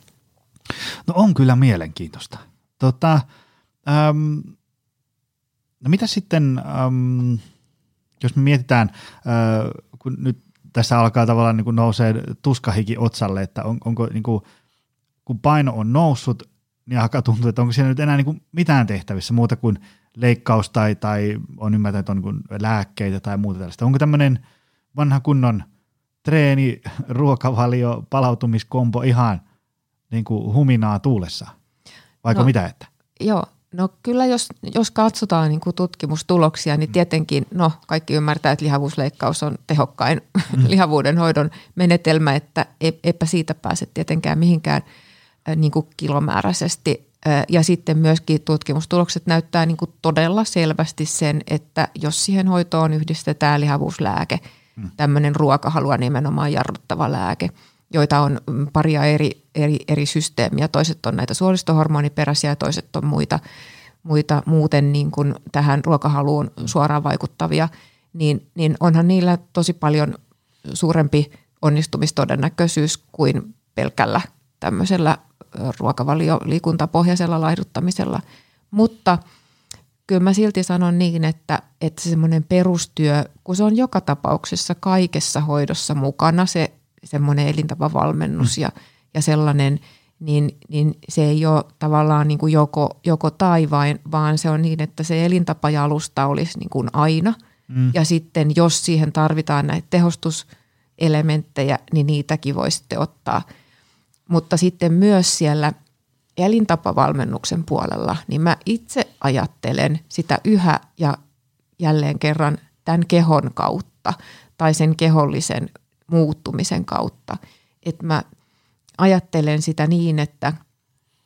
No on kyllä mielenkiintoista. No mitä sitten, jos me mietitään, kun nyt tässä alkaa tavallaan niin kuin nousee tuskahiki otsalle, että onko niin kuin, kun paino on noussut, niin alkaa tuntua, että onko siellä nyt enää niin kuin mitään tehtävissä muuta kuin leikkaus tai on ymmärtänyt, että on niin kuin lääkkeitä tai muuta tällaista. Onko tämmöinen vanha kunnon treeni, ruokavalio, palautumiskompo ihan niin kuin huminaa tuulessa? Vaikka mitä että? Joo, no kyllä jos katsotaan niin kuin tutkimustuloksia, niin tietenkin kaikki ymmärtää, että lihavuusleikkaus on tehokkain lihavuuden hoidon menetelmä, että eipä siitä pääse tietenkään mihinkään niin kuin kilomääräisesti. Ja sitten myöskin tutkimustulokset näyttää niin kuin todella selvästi sen, että jos siihen hoitoon yhdistetään lihavuuslääke, tämmöinen ruokahalua nimenomaan jarruttava lääke, joita on paria eri systeemiä. Toiset on näitä suolistohormoniperäisiä ja toiset on muita muuten niin kuin tähän ruokahaluun suoraan vaikuttavia, niin onhan niillä tosi paljon suurempi onnistumistodennäköisyys kuin pelkällä tämmöisellä ruokavalio-liikuntapohjaisella laihduttamisella. Mutta kyllä mä silti sanon niin, että semmoinen perustyö, kun se on joka tapauksessa kaikessa hoidossa mukana, se semmoinen elintapavalmennus ja sellainen, niin se ei ole tavallaan niin kuin joko tai, vaan se on niin, että se elintapajalusta olisi niin kuin aina. Ja sitten jos siihen tarvitaan näitä tehostuselementtejä, niin niitäkin voi sitten ottaa. Mutta sitten myös siellä elintapavalmennuksen puolella, niin mä itse ajattelen sitä yhä ja jälleen kerran tämän kehon kautta tai sen kehollisen muuttumisen kautta. Että mä ajattelen sitä niin, että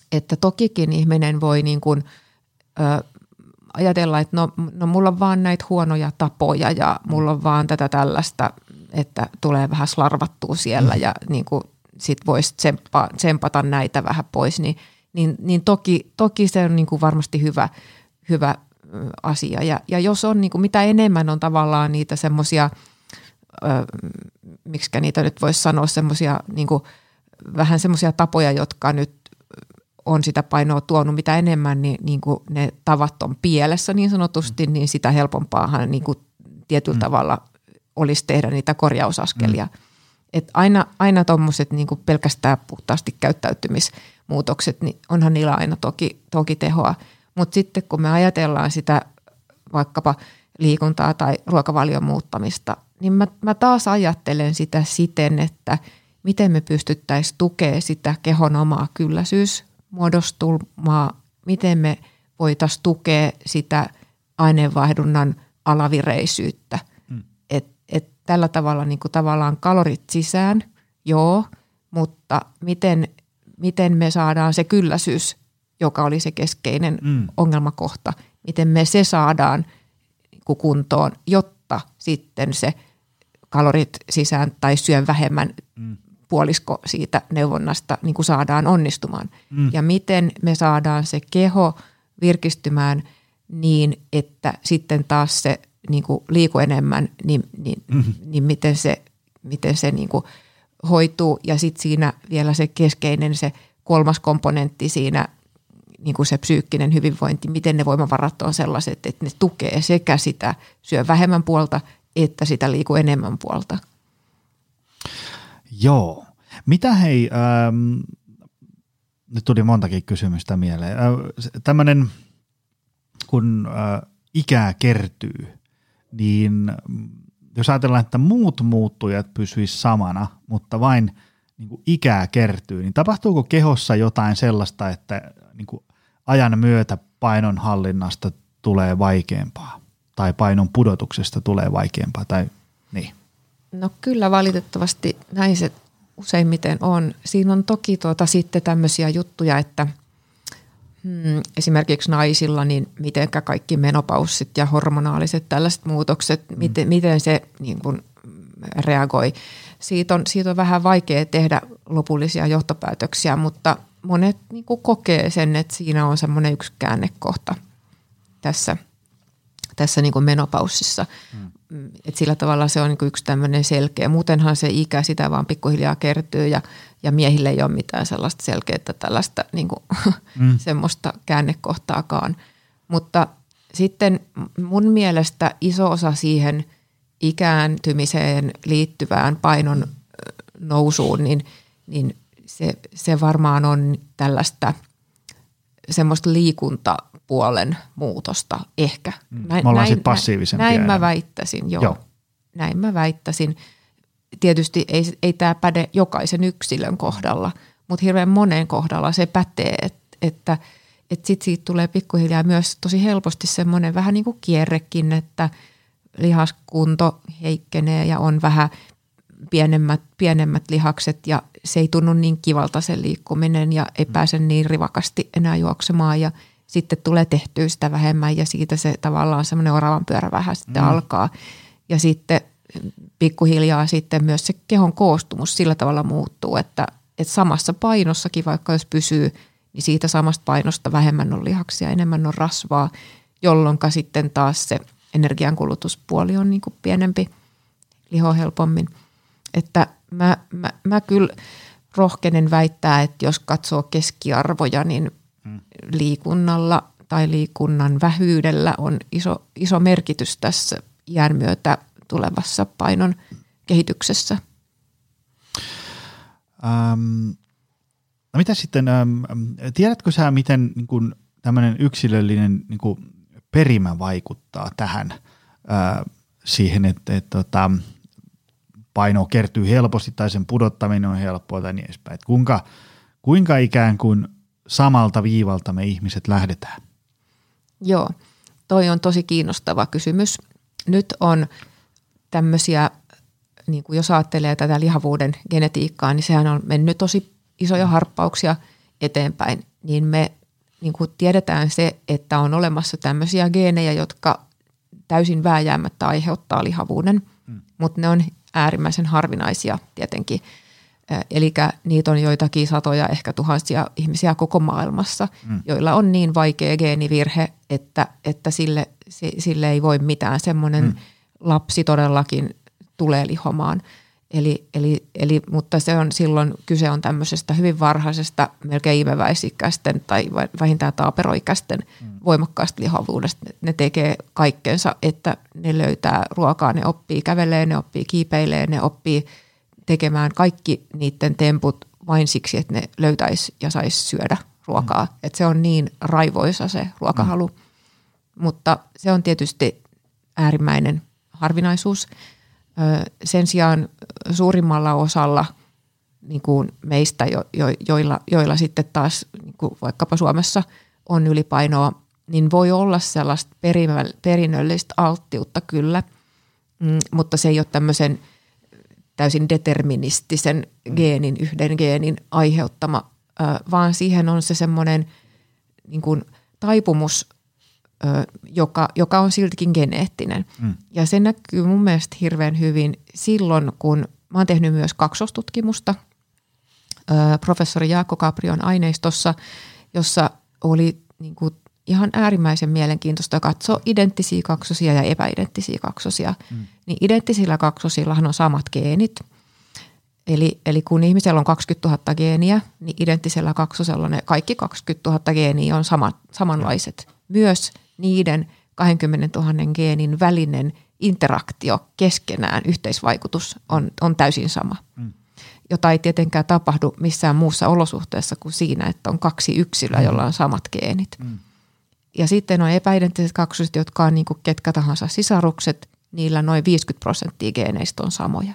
että tokikin ihminen voi niin kuin, ajatella, että no mulla on vaan näitä huonoja tapoja ja mulla on vaan tätä tällaista, että tulee vähän slarvattua siellä ja niin kuin sit voisi tsempata näitä vähän pois, niin toki se on niin kuin varmasti hyvä asia. Ja jos on niin kuin mitä enemmän on tavallaan niitä semmoisia, miksikä niitä nyt voisi sanoa, semmoisia niin kuin vähän semmoisia tapoja, jotka nyt on sitä painoa tuonut mitä enemmän, niin kuin ne tavat on pielessä niin sanotusti, niin sitä helpompaahan niin kuin tietyllä tavalla olisi tehdä niitä korjausaskelia. Et aina tuommoiset niin kuin pelkästään puhtaasti käyttäytymismuutokset, niin onhan niillä aina toki tehoa. Mutta sitten kun me ajatellaan sitä vaikkapa liikuntaa tai ruokavalion muuttamista, niin mä taas ajattelen sitä siten, että miten me pystyttäisiin tukemaan sitä kehon omaa kylläisyysmuodostumaa, miten me voitaisiin tukea sitä aineenvaihdunnan alavireisyyttä. Et tällä tavalla niin kuin tavallaan kalorit sisään, joo, mutta miten me saadaan se kylläisyys, joka oli se keskeinen ongelmakohta, miten me se saadaan kuntoon, jotta sitten se kalorit sisään tai syön vähemmän puolisko siitä neuvonnasta niin kuin saadaan onnistumaan. Ja miten me saadaan se keho virkistymään niin, että sitten taas se niin kuin liiku enemmän, niin miten se niin kuin hoituu. Ja sitten siinä vielä se keskeinen, se kolmas komponentti siinä, niin kuin se psyykkinen hyvinvointi, miten ne voimavarat on sellaiset, että ne tukee sekä sitä syö vähemmän puolta, että sitä liiku enemmän puolta. Joo. Mitä hei, nyt tuli montakin kysymystä mieleen. Tämmöinen, kun ikää kertyy, niin jos ajatellaan, että muut muuttujat pysyisivät samana, mutta vain niin kuin ikää kertyy, niin tapahtuuko kehossa jotain sellaista, että niin kuin ajan myötä painonhallinnasta tulee vaikeampaa tai painon pudotuksesta tulee vaikeampaa tai niin? No kyllä valitettavasti näin se useimmiten on. Siinä on toki sitten tämmöisiä juttuja, että esimerkiksi naisilla, niin mitenkä kaikki menopaussit ja hormonaaliset tällaiset muutokset, miten se niin kuin reagoi. Siitä on vähän vaikea tehdä lopullisia johtopäätöksiä, mutta monet niin kuin kokee sen, että siinä on semmoinen yksi käännekohta tässä niin kuin menopaussissa. Et sillä tavalla se on niin kuin yksi tämmöinen selkeä. Muutenhan se ikä sitä vaan pikkuhiljaa kertyy ja miehille ei ole mitään sellaista selkeää tällaista niin kuin semmoista käännekohtaakaan. Mutta sitten mun mielestä iso osa siihen ikääntymiseen liittyvään painon nousuun, niin se varmaan on tällaista semmoista liikuntapuolen muutosta ehkä. Me ollaan sitten passiivisempia. Näin mä väittäisin, joo. Näin mä väittäisin. Tietysti ei tämä päde jokaisen yksilön kohdalla, mutta hirveän monen kohdalla se pätee, että sitten siitä tulee pikkuhiljaa myös tosi helposti semmoinen vähän niin kuin kierrekin, että lihaskunto heikkenee ja on vähän pienemmät lihakset ja se ei tunnu niin kivalta se liikkuminen ja ei pääse niin rivakasti enää juoksemaan ja sitten tulee tehtyä sitä vähemmän ja siitä se tavallaan semmoinen oravan pyörä vähän sitten alkaa ja sitten pikkuhiljaa sitten myös se kehon koostumus sillä tavalla muuttuu, että samassa painossakin vaikka jos pysyy, niin siitä samasta painosta vähemmän on lihaksia, enemmän on rasvaa, jolloin sitten taas se energiankulutuspuoli on niin kuin pienempi, liho helpommin. Että mä kyllä rohkenen väittää, että jos katsoo keskiarvoja, niin liikunnalla tai liikunnan vähyydellä on iso merkitys tässä iän myötä tulevassa painon kehityksessä. No mitä sitten, tiedätkö sä, miten niin kun tämmöinen yksilöllinen niin kun perimä vaikuttaa tähän siihen, että paino kertyy helposti tai sen pudottaminen on helppoa tai niin edespäin. Että kuinka ikään kuin samalta viivalta me ihmiset lähdetään? Joo, toi on tosi kiinnostava kysymys. Nyt on tämmöisiä, niin kuin jos ajattelee tätä lihavuuden genetiikkaa, niin sehän on mennyt tosi isoja harppauksia eteenpäin. niin me niin kuin tiedetään se, että on olemassa tämmöisiä geenejä, jotka täysin vääjäämättä aiheuttaa lihavuuden, mutta ne on äärimmäisen harvinaisia tietenkin. Eli niitä on joitakin satoja, ehkä tuhansia ihmisiä koko maailmassa, joilla on niin vaikea geenivirhe, että sille ei voi mitään. Semmoinen lapsi todellakin tulee lihomaan. Mutta se on silloin, kyse on tämmöisestä hyvin varhaisesta, melkein imeväisikäisten tai vähintään taaperoikäisten voimakkaasta lihavuudesta. Ne tekee kaikkensa, että ne löytää ruokaa, ne oppii kävelemään, ne oppii kiipeilemään, ne oppii tekemään kaikki niiden temput vain siksi, että ne löytäisi ja saisi syödä ruokaa. Että se on niin raivoisa se ruokahalu. Mutta se on tietysti äärimmäinen harvinaisuus. Sen sijaan suurimmalla osalla niin kuin meistä, joilla sitten taas niin kuin vaikkapa Suomessa on ylipainoa, niin voi olla sellaista perinnöllistä alttiutta kyllä, mutta se ei ole tämmöisen täysin deterministisen yhden geenin aiheuttama, vaan siihen on se semmoinen niin kuin taipumus, joka on siltikin geneettinen. Ja se näkyy mun mielestä hirveän hyvin silloin, kun mä oon tehnyt myös kaksostutkimusta professori Jaakko Caprion aineistossa, jossa oli niin kuin ihan äärimmäisen mielenkiintoista katsoa identtisiä kaksosia ja epäidenttisiä kaksosia. Niin identtisillä kaksosillahan on samat geenit. Eli kun ihmisellä on 20 000 geeniä, niin identtisellä kaksosella ne kaikki 20 000 geeniä on samanlaiset. Myös niiden 20 000 geenin välinen interaktio keskenään, yhteisvaikutus on täysin sama. Jota ei tietenkään tapahdu missään muussa olosuhteessa kuin siinä, että on kaksi yksilöä, jolla on samat geenit. Ja sitten on epäidenttiset kaksoset, jotka on niin kuin ketkä tahansa sisarukset, niillä noin 50% geeneistä on samoja.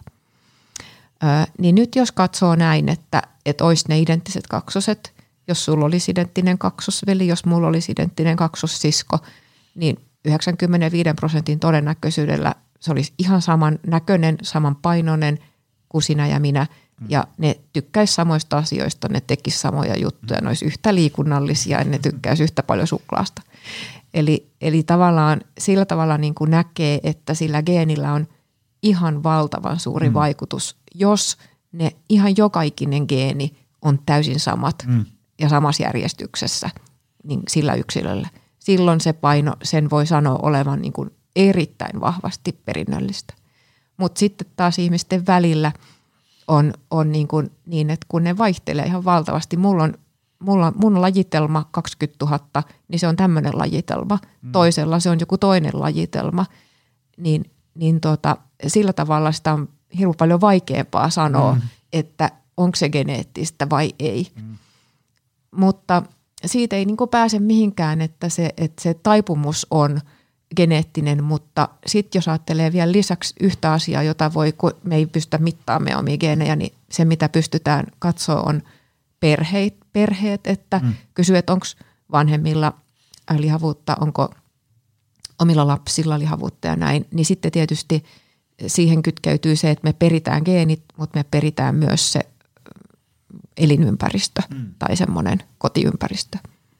Niin nyt jos katsoo näin, että olisi ne identtiset kaksoset, jos sulla olisi identtinen kaksosveli, jos mulla olisi identtinen kaksossisko, niin 95% todennäköisyydellä se olisi ihan saman näköinen, saman painoinen kuin sinä ja minä. Ja ne tykkäisi samoista asioista, ne tekisi samoja juttuja, ne olisi yhtä liikunnallisia ja ne tykkäisi yhtä paljon suklaasta. Eli tavallaan sillä tavalla niin kuin näkee, että sillä geenillä on ihan valtavan suuri vaikutus, jos ne ihan joka ikinen geeni on täysin samat ja samassa järjestyksessä niin sillä yksilöllä. Silloin se paino, sen voi sanoa olevan niin kuin erittäin vahvasti perinnöllistä. Mutta sitten taas ihmisten välillä on niin, että kun ne vaihtelee ihan valtavasti, mun lajitelma 20 000, niin se on tämmöinen lajitelma. Toisella se on joku toinen lajitelma, niin sillä tavalla sitä on hirveän paljon vaikeampaa sanoa, että onko se geneettistä vai ei. Mutta siitä ei niin kuin pääse mihinkään, että se taipumus on geneettinen, mutta sitten jos ajattelee vielä lisäksi yhtä asiaa, jota kun me ei pystytä mittaamaan omia geenejä, niin se mitä pystytään katsoa on perheet, että kysyy, että onko vanhemmilla lihavuutta, onko omilla lapsilla lihavuutta ja näin, niin sitten tietysti siihen kytkeytyy se, että me peritään geenit, mutta me peritään myös se elinympäristö tai semmoinen kotiympäristö.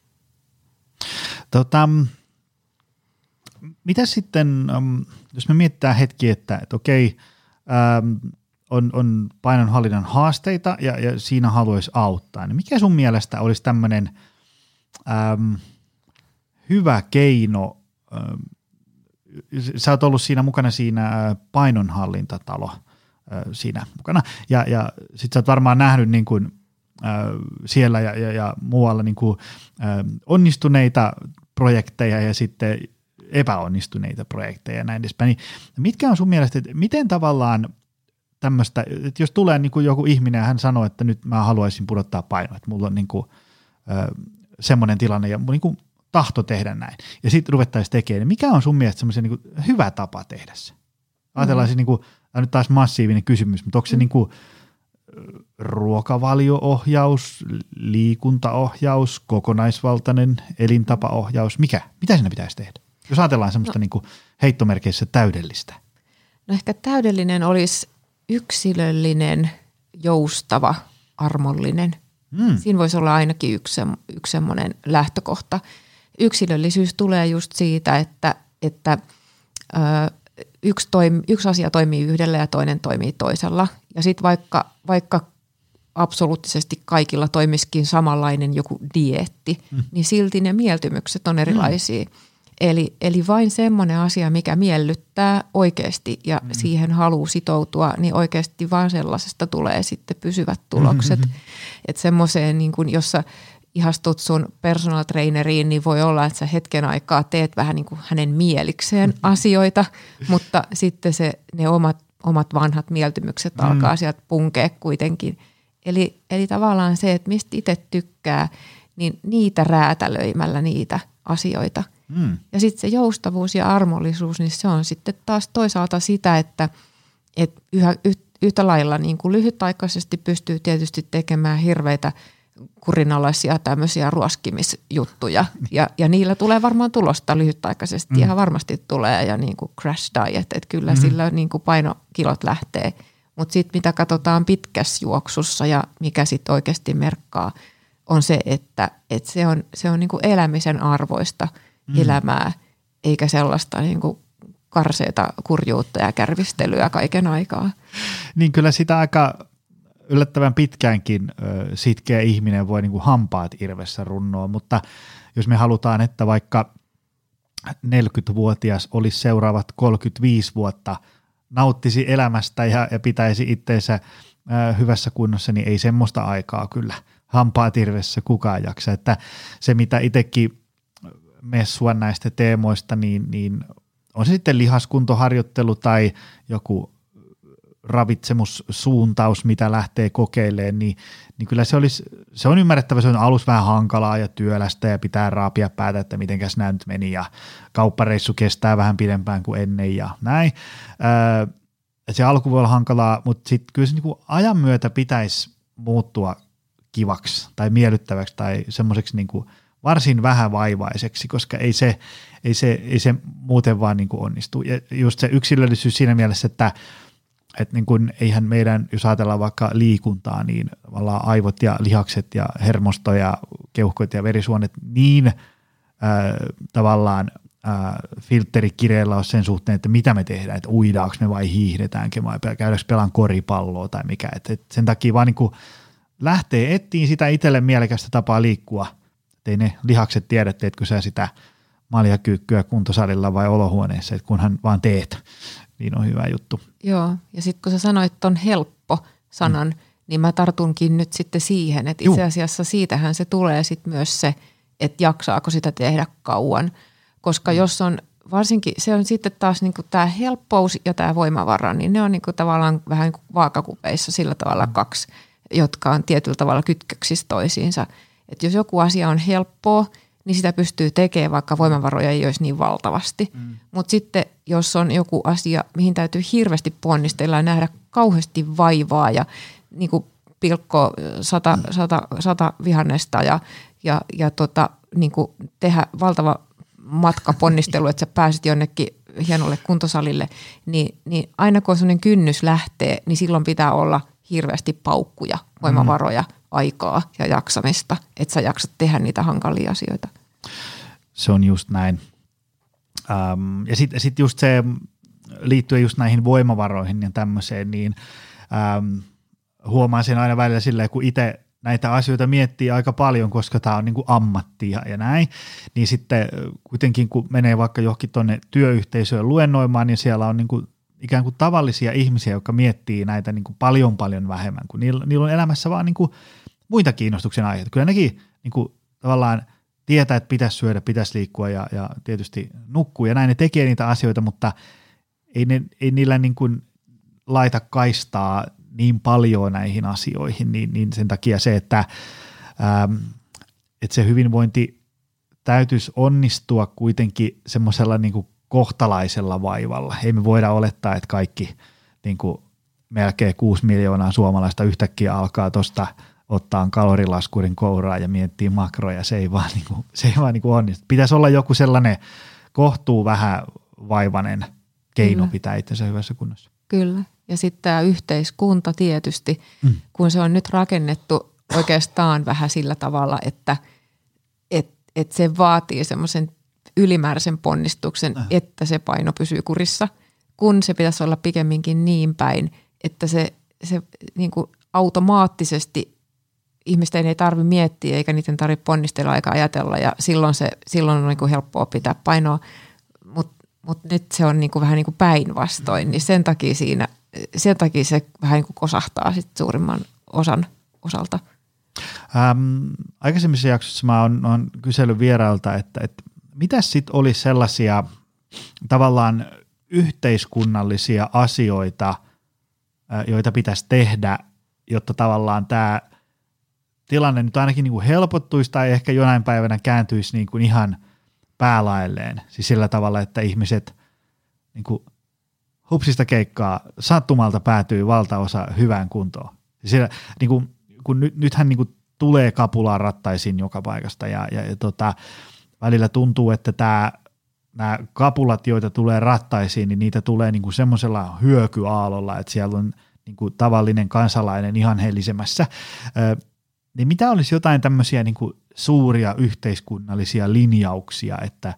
Mitä sitten, jos me mietitään hetki, että okei, on painonhallinnan haasteita ja siinä haluaisi auttaa, niin mikä sun mielestä olisi tämmöinen hyvä keino? Sä oot ollut siinä mukana siinä painonhallintatalo siinä mukana ja sit sä oot varmaan nähnyt niin kuin, siellä ja muualla niin kuin, onnistuneita projekteja ja sitten epäonnistuneita projekteja ja näin edespäin. Niin mitkä on sun mielestä, että miten tavallaan tämmöistä, että jos tulee niin kuin joku ihminen ja hän sanoo, että nyt mä haluaisin pudottaa painoa, että mulla on niin kuin, semmoinen tilanne ja niin kuin tahto tehdä näin ja sitten ruvettaisiin tekemään, niin mikä on sun mielestä semmoisen niin kuin hyvä tapa tehdä se? Ajatellaan se, niin kuin, tämä on nyt taas massiivinen kysymys, mutta onko se niin kuin ruokavalio-ohjaus, liikuntaohjaus, kokonaisvaltainen elintapaohjaus, mitä siinä pitäisi tehdä? Jos ajatellaan semmoista niin kuin heittomerkeissä täydellistä. No ehkä täydellinen olisi yksilöllinen, joustava, armollinen Siinä voisi olla ainakin yksi semmoinen lähtökohta. Yksilöllisyys tulee just siitä, että yksi asia toimii yhdellä ja toinen toimii toisella. Ja sitten vaikka absoluuttisesti kaikilla toimisikin samanlainen joku dieetti, niin silti ne mieltymykset on erilaisia. Eli vain semmoinen asia, mikä miellyttää oikeasti ja siihen haluaa sitoutua, niin oikeasti vaan sellaisesta tulee sitten pysyvät tulokset. Että semmoiseen, niin kun, jos sä ihastut sun personal traineriin, niin voi olla, että sä hetken aikaa teet vähän niin kuin hänen mielikseen asioita, mutta sitten ne omat vanhat mieltymykset alkaa sieltä punkea kuitenkin. Eli tavallaan se, että mistä itse tykkää, niin niitä räätälöimällä niitä asioita. Ja sitten se joustavuus ja armollisuus, niin se on sitten taas toisaalta sitä, että yhtä lailla niin kuin lyhytaikaisesti pystyy tietysti tekemään hirveitä kurinalaisia tämmöisiä ruoskimisjuttuja. Ja niillä tulee varmaan tulosta lyhytaikaisesti, ihan varmasti tulee ja niin kuin crash diet, että kyllä sillä niin kuin painokilot lähtee. Mutta sitten mitä katsotaan pitkässä juoksussa ja mikä sitten oikeasti merkkaa, on se, että se on niin kuin elämisen arvoista elämää, eikä sellaista niin kuin karseeta kurjuutta ja kärvistelyä kaiken aikaa. Niin kyllä sitä aika yllättävän pitkäänkin sitkeä ihminen voi niin kuin hampaat irvessä runnoa, mutta jos me halutaan, että vaikka 40-vuotias olisi seuraavat 35 vuotta, nauttisi elämästä ja pitäisi itseensä hyvässä kunnossa, niin ei semmoista aikaa kyllä hampaat irvessä kukaan jaksa. Että se, mitä itsekin messua näistä teemoista, niin on se sitten lihaskuntoharjoittelu tai joku ravitsemussuuntaus, mitä lähtee kokeilemaan, niin kyllä se on ymmärrettävä, se on alussa vähän hankalaa ja työlästä ja pitää raapia päätä, että mitenkäs nämä nyt meni ja kauppareissu kestää vähän pidempään kuin ennen ja näin. Se alku voi olla hankalaa, mutta sitten kyllä se niin kuin ajan myötä pitäisi muuttua kivaksi tai miellyttäväksi tai semmoiseksi niin kuin varsin vähävaivaiseksi, koska ei se muuten vaan niin kuin onnistu. Ja just se yksilöllisyys siinä mielessä, että niin kuin eihän meidän, jos ajatellaan vaikka liikuntaa, niin aivot ja lihakset ja hermosto ja keuhkot ja verisuonet niin tavallaan filtterikireellä on sen suhteen, että mitä me tehdään, että uidaanko me vai hiihdetäänkö vai käydäänkö pelaan koripalloa tai mikä. Et sen takia vaan niin kuin lähtee etsiin sitä itselle mielekästä tapaa liikkua. Ei ne lihakset tiedä, teetkö sä sitä maljakyykkyä kuntosalilla vai olohuoneessa, että kunhan vaan teet, niin on hyvä juttu. Joo, ja sitten kun sä sanoit ton helppo sanan, niin mä tartunkin nyt sitten siihen, että itse asiassa siitähän se tulee sitten myös se, että jaksaako sitä tehdä kauan. Koska jos on, varsinkin se on sitten taas niinku tämä helppous ja tämä voimavara, niin ne on niinku tavallaan vähän niin kuin vaakakupeissa sillä tavalla kaksi, jotka on tietyllä tavalla kytköksissä toisiinsa. Että jos joku asia on helppoa, niin sitä pystyy tekemään, vaikka voimavaroja ei olisi niin valtavasti. Mutta sitten jos on joku asia, mihin täytyy hirveästi ponnistella ja nähdä kauheasti vaivaa ja niin kuin pilkkoa 100 vihannesta ja niin kuin tehdä valtava matkaponnistelu, että sä pääsit jonnekin hienolle kuntosalille, niin aina kun sellainen kynnys lähtee, niin silloin pitää olla hirveästi paukkuja, voimavaroja, aikaa ja jaksamista, että sä jaksat tehdä niitä hankalia asioita. Se on just näin. Ja sitten just se liittyen just näihin voimavaroihin ja tämmöiseen, niin huomaan sen aina välillä silleen, kun itse näitä asioita miettii aika paljon, koska tämä on niin kuin ammatti ja näin, niin sitten kuitenkin kun menee vaikka johonkin tuonne työyhteisöön luennoimaan, niin siellä on niin kuin ikään kuin tavallisia ihmisiä, jotka miettii näitä niin kuin paljon vähemmän, kun niillä on elämässä vaan niin kuin muita kiinnostuksen aiheita. Kyllä nekin niin kuin tavallaan tietää, että pitäisi syödä, pitäisi liikkua ja tietysti nukkua ja näin, ne tekee niitä asioita, mutta ei niillä niin kuin laita kaistaa niin paljon näihin asioihin, niin sen takia se, että se hyvinvointi täytyisi onnistua kuitenkin semmoisella niin kuin kohtalaisella vaivalla. Ei me voida olettaa, että kaikki niin kuin melkein 6 miljoonaa suomalaista yhtäkkiä alkaa tuosta ottaa kalorilaskurin kouraa ja miettii makroja. Se ei vaan niin kuin onnistu. Pitäisi olla joku sellainen kohtuu vähän vaivainen keino pitää itsensä hyvässä kunnossa. Kyllä. Ja sitten tämä yhteiskunta tietysti, kun se on nyt rakennettu oikeastaan vähän sillä tavalla, että se vaatii semmoisen ylimääräisen ponnistuksen, että se paino pysyy kurissa, kun se pitäisi olla pikemminkin niin päin, että se niin kuin automaattisesti ihmisten ei tarvitse miettiä eikä niiden tarvitse ponnistella eikä ajatella ja silloin on niin kuin helppoa pitää painoa, mutta nyt se on niin kuin vähän niin kuin päinvastoin, niin sen takia se vähän niin kuin kosahtaa sit suurimman osalta. Aikaisemmissa jaksoissa mä oon kysellyt vierailta, että mitä sitten olisi sellaisia tavallaan yhteiskunnallisia asioita, joita pitäisi tehdä, jotta tavallaan tämä tilanne nyt ainakin niin kuin helpottuisi tai ehkä jonain päivänä kääntyisi niin kuin ihan päälaelleen. Siis sillä tavalla, että ihmiset niin kuin hupsista keikkaa sattumalta päätyy valtaosa hyvään kuntoon. Siellä, niin kuin, kun nythän niin kuin tulee kapulaa rattaisiin joka paikasta ja välillä tuntuu, että nämä kapulat, joita tulee rattaisiin, niin niitä tulee niin kuin semmoisella hyökyaallolla, että siellä on niin kuin tavallinen kansalainen ihan hellisemässä. Niin mitä olisi jotain tämmöisiä niin kuin suuria yhteiskunnallisia linjauksia, että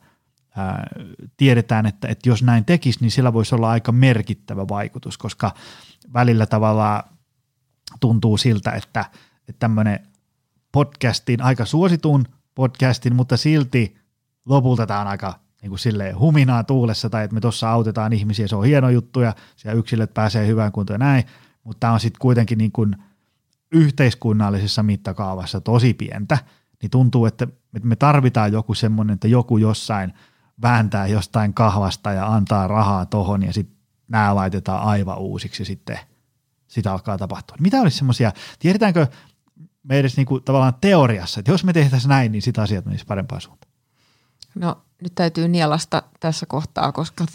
tiedetään, että jos näin tekisi, niin sillä voisi olla aika merkittävä vaikutus, koska välillä tavallaan tuntuu siltä, että tämmöinen podcastin, aika suositun podcastin, mutta silti lopulta tämä on aika niin kuin silleen huminaa tuulessa, tai että me tuossa autetaan ihmisiä, se on hieno juttu ja siellä yksilöt pääsee hyvään kuntoon ja näin, mutta tämä on sitten kuitenkin niin kuin yhteiskunnallisessa mittakaavassa tosi pientä, niin tuntuu, että me tarvitaan joku semmoinen, että joku jossain vääntää jostain kahvasta ja antaa rahaa tohon ja sitten nämä laitetaan aivan uusiksi ja sitten sitä alkaa tapahtua. Mitä olisi semmoisia, tiedetäänkö me edes niinku tavallaan teoriassa, että jos me tehtäisiin näin, niin sitä asiat menisi parempaan suuntaan? No nyt täytyy nielasta tässä kohtaa, koska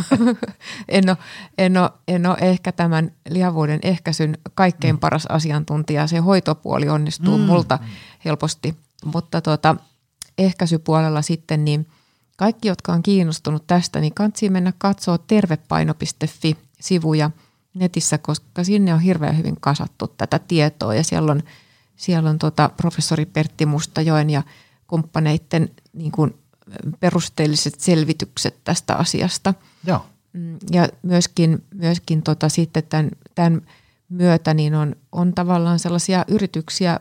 en ole ehkä tämän lihavuuden ehkäisyn kaikkein paras asiantuntija. Se hoitopuoli onnistuu multa helposti, mutta ehkäisypuolella sitten niin kaikki, jotka on kiinnostunut tästä, niin kannattaa mennä katsoa tervepaino.fi-sivuja netissä, koska sinne on hirveän hyvin kasattu tätä tietoa ja siellä on professori Pertti Mustajoen ja kumppaneiden niin kuin perusteelliset selvitykset tästä asiasta. Joo. Ja myöskin sitten tämän myötä niin on tavallaan sellaisia yrityksiä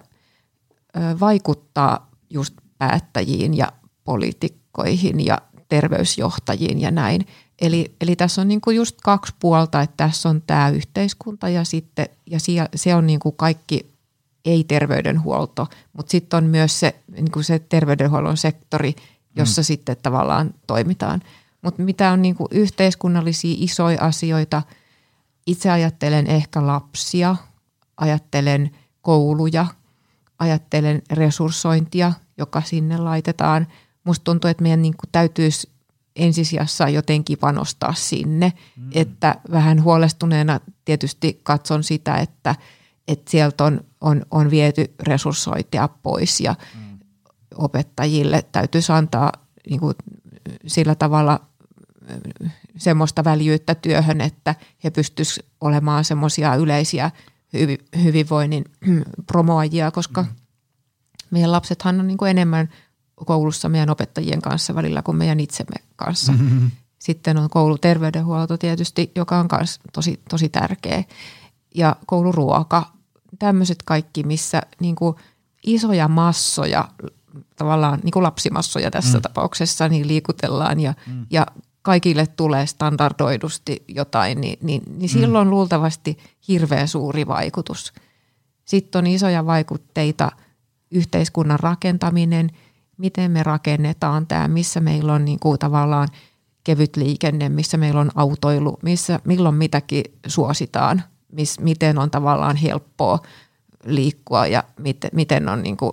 vaikuttaa just päättäjiin ja poliitikkoihin ja terveysjohtajiin ja näin. Eli tässä on niinku just kaksi puolta, että tässä on tämä yhteiskunta ja se on niinku kaikki ei-terveydenhuolto, mutta sitten on myös se, niinku se terveydenhuollon sektori, jossa sitten tavallaan toimitaan. Mutta mitä on niinku yhteiskunnallisia isoja asioita, itse ajattelen ehkä lapsia, ajattelen kouluja, ajattelen resurssointia, joka sinne laitetaan. Musta tuntuu, että meidän niinku täytyisi ensisijassa jotenkin panostaa sinne, että vähän huolestuneena tietysti katson sitä, että sieltä on viety resurssointia pois ja opettajille täytyisi antaa niin kuin sillä tavalla semmoista väljyyttä työhön, että he pystyisivät olemaan semmoisia yleisiä hyvinvoinnin promoajia, koska meidän lapsethan on niin kuin enemmän koulussa meidän opettajien kanssa välillä kuin meidän itsemme kanssa. Sitten on kouluterveydenhuolto tietysti, joka on myös tosi tärkeä. Ja kouluruoka, tämmöiset kaikki, missä niin kuin isoja massoja, tavallaan niin kuin lapsimassoja tässä tapauksessa, niin liikutellaan ja kaikille tulee standardoidusti jotain, niin silloin luultavasti hirveän suuri vaikutus. Sitten on isoja vaikutteita, yhteiskunnan rakentaminen, miten me rakennetaan tämä, missä meillä on niin kuin tavallaan kevyt liikenne, missä meillä on autoilu, milloin mitäkin suositaan, miten on tavallaan helppoa liikkua ja miten on niin kuin,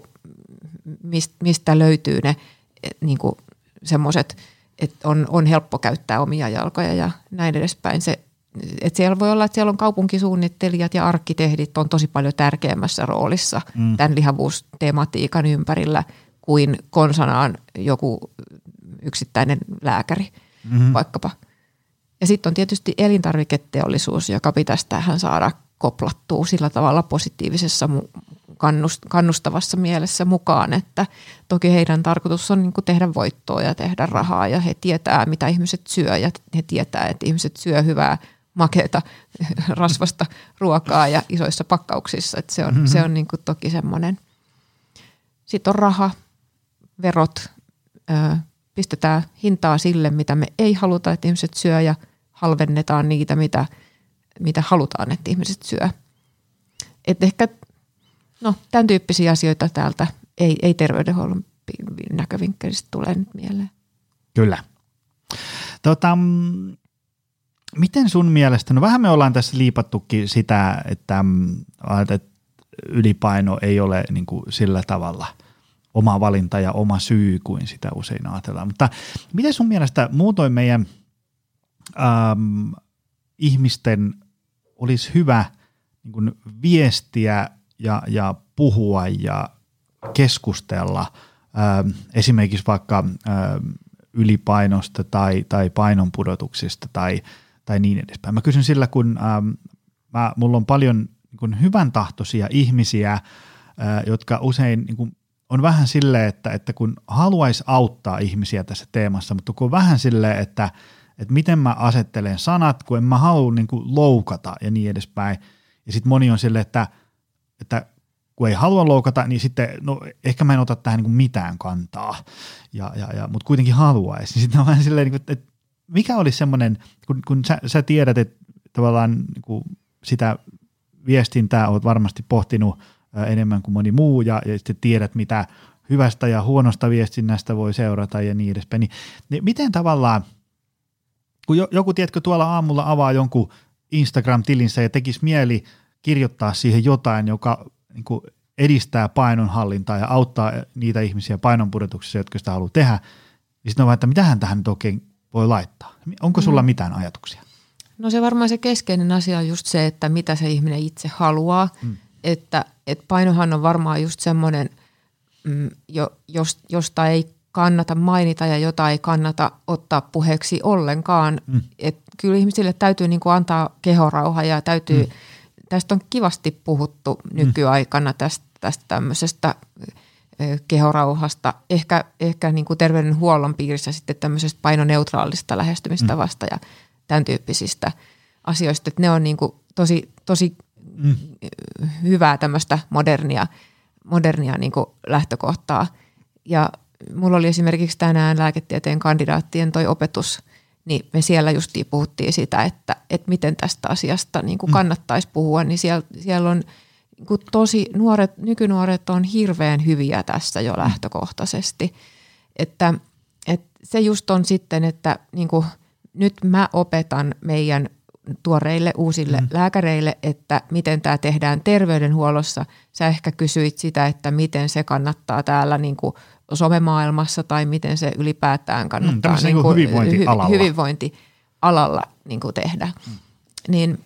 mistä löytyy ne niin kuin semmoiset, että on helppo käyttää omia jalkoja ja näin edespäin. Että siellä voi olla, että siellä on kaupunkisuunnittelijat ja arkkitehdit on tosi paljon tärkeämmässä roolissa tämän lihavuustematiikan ympärillä kuin konsanaan joku yksittäinen lääkäri vaikkapa. Ja sitten on tietysti elintarviketeollisuus, joka pitäisi tähän saada koplattua sillä tavalla positiivisessa kannustavassa mielessä mukaan, että toki heidän tarkoitus on niin kuin tehdä voittoa ja tehdä rahaa ja he tietää, mitä ihmiset syö ja he tietää, että ihmiset syö hyvää makeata rasvasta ruokaa ja isoissa pakkauksissa, että se on niin kuin toki semmoinen. Sitten on raha, verot, pistetään hintaa sille, mitä me ei haluta, että ihmiset syö ja halvennetaan niitä, mitä halutaan, että ihmiset syö. Et ehkä tämän tyyppisiä asioita täältä ei terveydenhuollon näkövinkkelistä tulee nyt mieleen. Kyllä. Miten sun mielestä, vähän me ollaan tässä liipattukin sitä, että ylipaino ei ole niin kuin sillä tavalla oma valinta ja oma syy kuin sitä usein ajatellaan, mutta miten sun mielestä muutoin meidän ihmisten olisi hyvä niin kuin viestiä ja puhua ja keskustella esimerkiksi vaikka ylipainosta tai painonpudotuksista tai niin edespäin. Mä kysyn sillä, kun mulla on paljon niin kuin hyvän tahtoisia ihmisiä, jotka usein niin kuin on vähän silleen, että kun haluaisi auttaa ihmisiä tässä teemassa, mutta kun on vähän silleen, että miten mä asettelen sanat, kun en mä halua niin kuin loukata ja niin edespäin. Ja sitten moni on silleen, että kun ei halua loukata, niin sitten ehkä mä en ota tähän niin kuin mitään kantaa, mutta kuitenkin haluaisi. Sitten on vähän silleen, että mikä olisi semmoinen, kun sä tiedät, että tavallaan niin kuin sitä viestintää olet varmasti pohtinut enemmän kuin moni muu ja sitten tiedät, mitä hyvästä ja huonosta viestinnästä voi seurata ja niin edespäin. Niin miten tavallaan, kun joku, tiedätkö, tuolla aamulla avaa jonkun Instagram-tilinsä ja tekisi mieli kirjoittaa siihen jotain, joka niin kuin edistää painonhallintaa ja auttaa niitä ihmisiä painonpudotuksessa, jotka sitä haluaa tehdä, niin sitten on vaan, että mitähän tähän nyt oikein voi laittaa. Onko sulla mitään ajatuksia? No se varmaan se keskeinen asia on just se, että mitä se ihminen itse haluaa. Että painohan on varmaan just semmoinen, josta ei kannata mainita ja jota ei kannata ottaa puheeksi ollenkaan. Että kyllä ihmisille täytyy niin kuin antaa kehorauha ja täytyy, tästä on kivasti puhuttu nykyaikana tästä tämmöisestä kehorauhasta, ehkä niin kuin terveydenhuollon piirissä sitten tämmöisestä painoneutraalista lähestymistavasta ja tämän tyyppisistä asioista, että ne on niin kuin tosi hyvää tämmöistä modernia niin kuin lähtökohtaa. Ja mulla oli esimerkiksi tänään lääketieteen kandidaattien toi opetus, niin me siellä justiin puhuttiin sitä, että miten tästä asiasta niin kuin kannattaisi puhua, niin siellä on niin kuin tosi nykynuoret on hirveän hyviä tässä jo lähtökohtaisesti. Että se just on sitten, että niin kuin nyt mä opetan meidän tuoreille uusille lääkäreille, että miten tämä tehdään terveydenhuollossa. Sä ehkä kysyit sitä, että miten se kannattaa täällä niin kuin somemaailmassa tai miten se ylipäätään kannattaa niin kuin hyvinvointialalla niin kuin tehdä. Niin,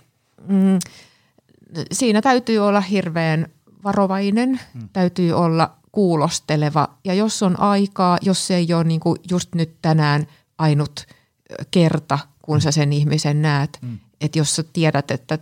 siinä täytyy olla hirveän varovainen, täytyy olla kuulosteleva ja jos on aikaa, jos se ei ole niin kuin just nyt tänään ainut kerta, kun sä sen ihmisen näet, että jos sä tiedät, että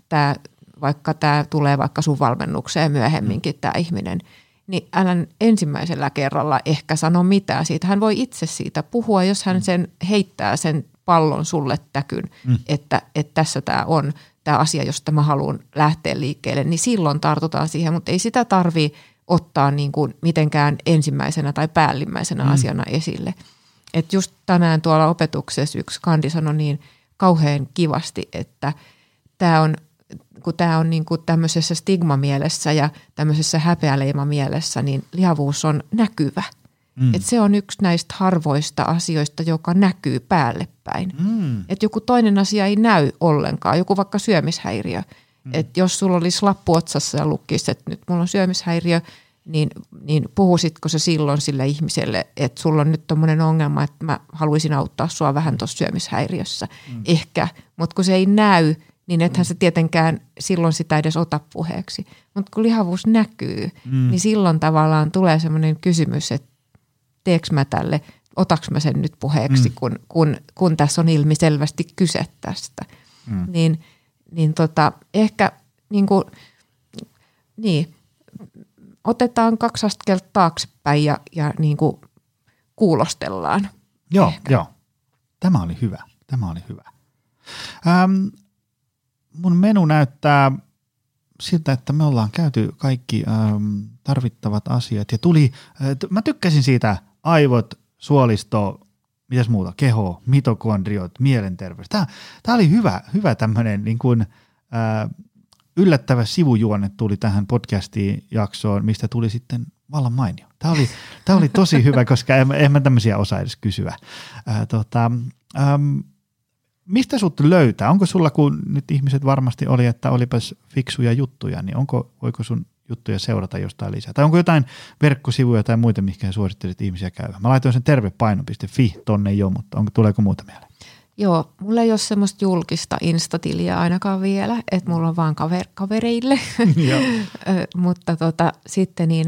tämä tulee vaikka sun valmennukseen myöhemminkin tämä ihminen, niin älä ensimmäisellä kerralla ehkä sano mitään siitä. Hän voi itse siitä puhua, jos hän sen heittää sen pallon sulle täkyn, että tässä tämä on tämä asia, josta mä haluan lähteä liikkeelle, niin silloin tartutaan siihen, mutta ei sitä tarvitse ottaa niin kuin mitenkään ensimmäisenä tai päällimmäisenä asiana esille. Että just tänään tuolla opetuksessa yksi kandi sanoi niin kauhean kivasti, että kun tämä on niin kuin tämmöisessä stigmamielessä ja tämmöisessä häpeäleimamielessä, niin lihavuus on näkyvä. Että se on yksi näistä harvoista asioista, joka näkyy päälle päin. Että joku toinen asia ei näy ollenkaan, joku vaikka syömishäiriö. Että jos sulla olisi lappu otsassa ja lukisi, että nyt mulla on syömishäiriö, niin puhuisitko se silloin sille ihmiselle, että sulla on nyt tommoinen ongelma, että mä haluaisin auttaa sua vähän tuossa syömishäiriössä. Ehkä, mutta kun se ei näy, niin ethän se tietenkään silloin sitä edes ota puheeksi. Mutta kun lihavuus näkyy, niin silloin tavallaan tulee semmoinen kysymys, että teekö mä tälle, otaks mä sen nyt puheeksi, kun tässä on ilmiselvästi kyse tästä. Niin ehkä otetaan 2 askelta taaksepäin ja niin kuin kuulostellaan. Joo. Tämä oli hyvä. Mun menu näyttää siltä, että me ollaan käyty kaikki tarvittavat asiat ja mä tykkäsin siitä aivot, suolisto, mitäs muuta, keho, mitokondriot, mielenterveys. Tämä oli hyvä tämmöinen niin kuin, yllättävä sivujuonne tuli tähän podcastiin jaksoon, mistä tuli sitten vallan mainio. Tämä oli tosi hyvä, koska en mä tämmöisiä osaa edes kysyä. Mistä sut löytää? Onko sulla, kun nyt ihmiset varmasti oli, että olipas fiksuja juttuja, niin voiko sun juttuja seurata jostain lisää? Tai onko jotain verkkosivuja tai muita, mihin suosittelisit ihmisiä käydä? Mä laitoin sen tervepaino.fi tonne jo, mutta tuleeko muuta mieleen? Joo, mulla ei ole semmoista julkista instatiliä ainakaan vielä, että mulla on vaan kavereille, mutta sitten niin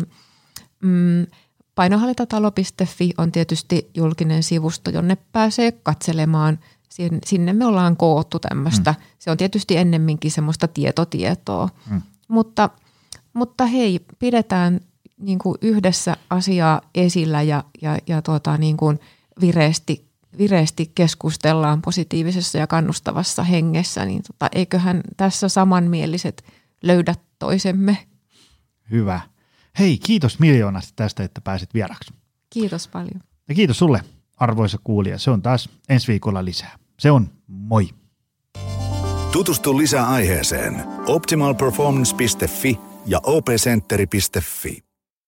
painohallintatalo.fi on tietysti julkinen sivusto, jonne pääsee katselemaan. Sinne me ollaan koottu tämmöistä. Se on tietysti ennemminkin semmoista tietoa, mutta hei, pidetään niin kuin yhdessä asiaa esillä ja niin kuin vireesti keskustellaan positiivisessa ja kannustavassa hengessä, niin eiköhän tässä samanmieliset löydä toisemme. Hyvä. Hei, kiitos miljoonasti tästä, että pääsit vieraksi. Kiitos paljon. Ja kiitos sulle, arvoisa kuulija. Se on taas ensi viikolla lisää. Se on moi. Tutustu lisää aiheeseen optimalperformance.fi ja opcenteri.fi.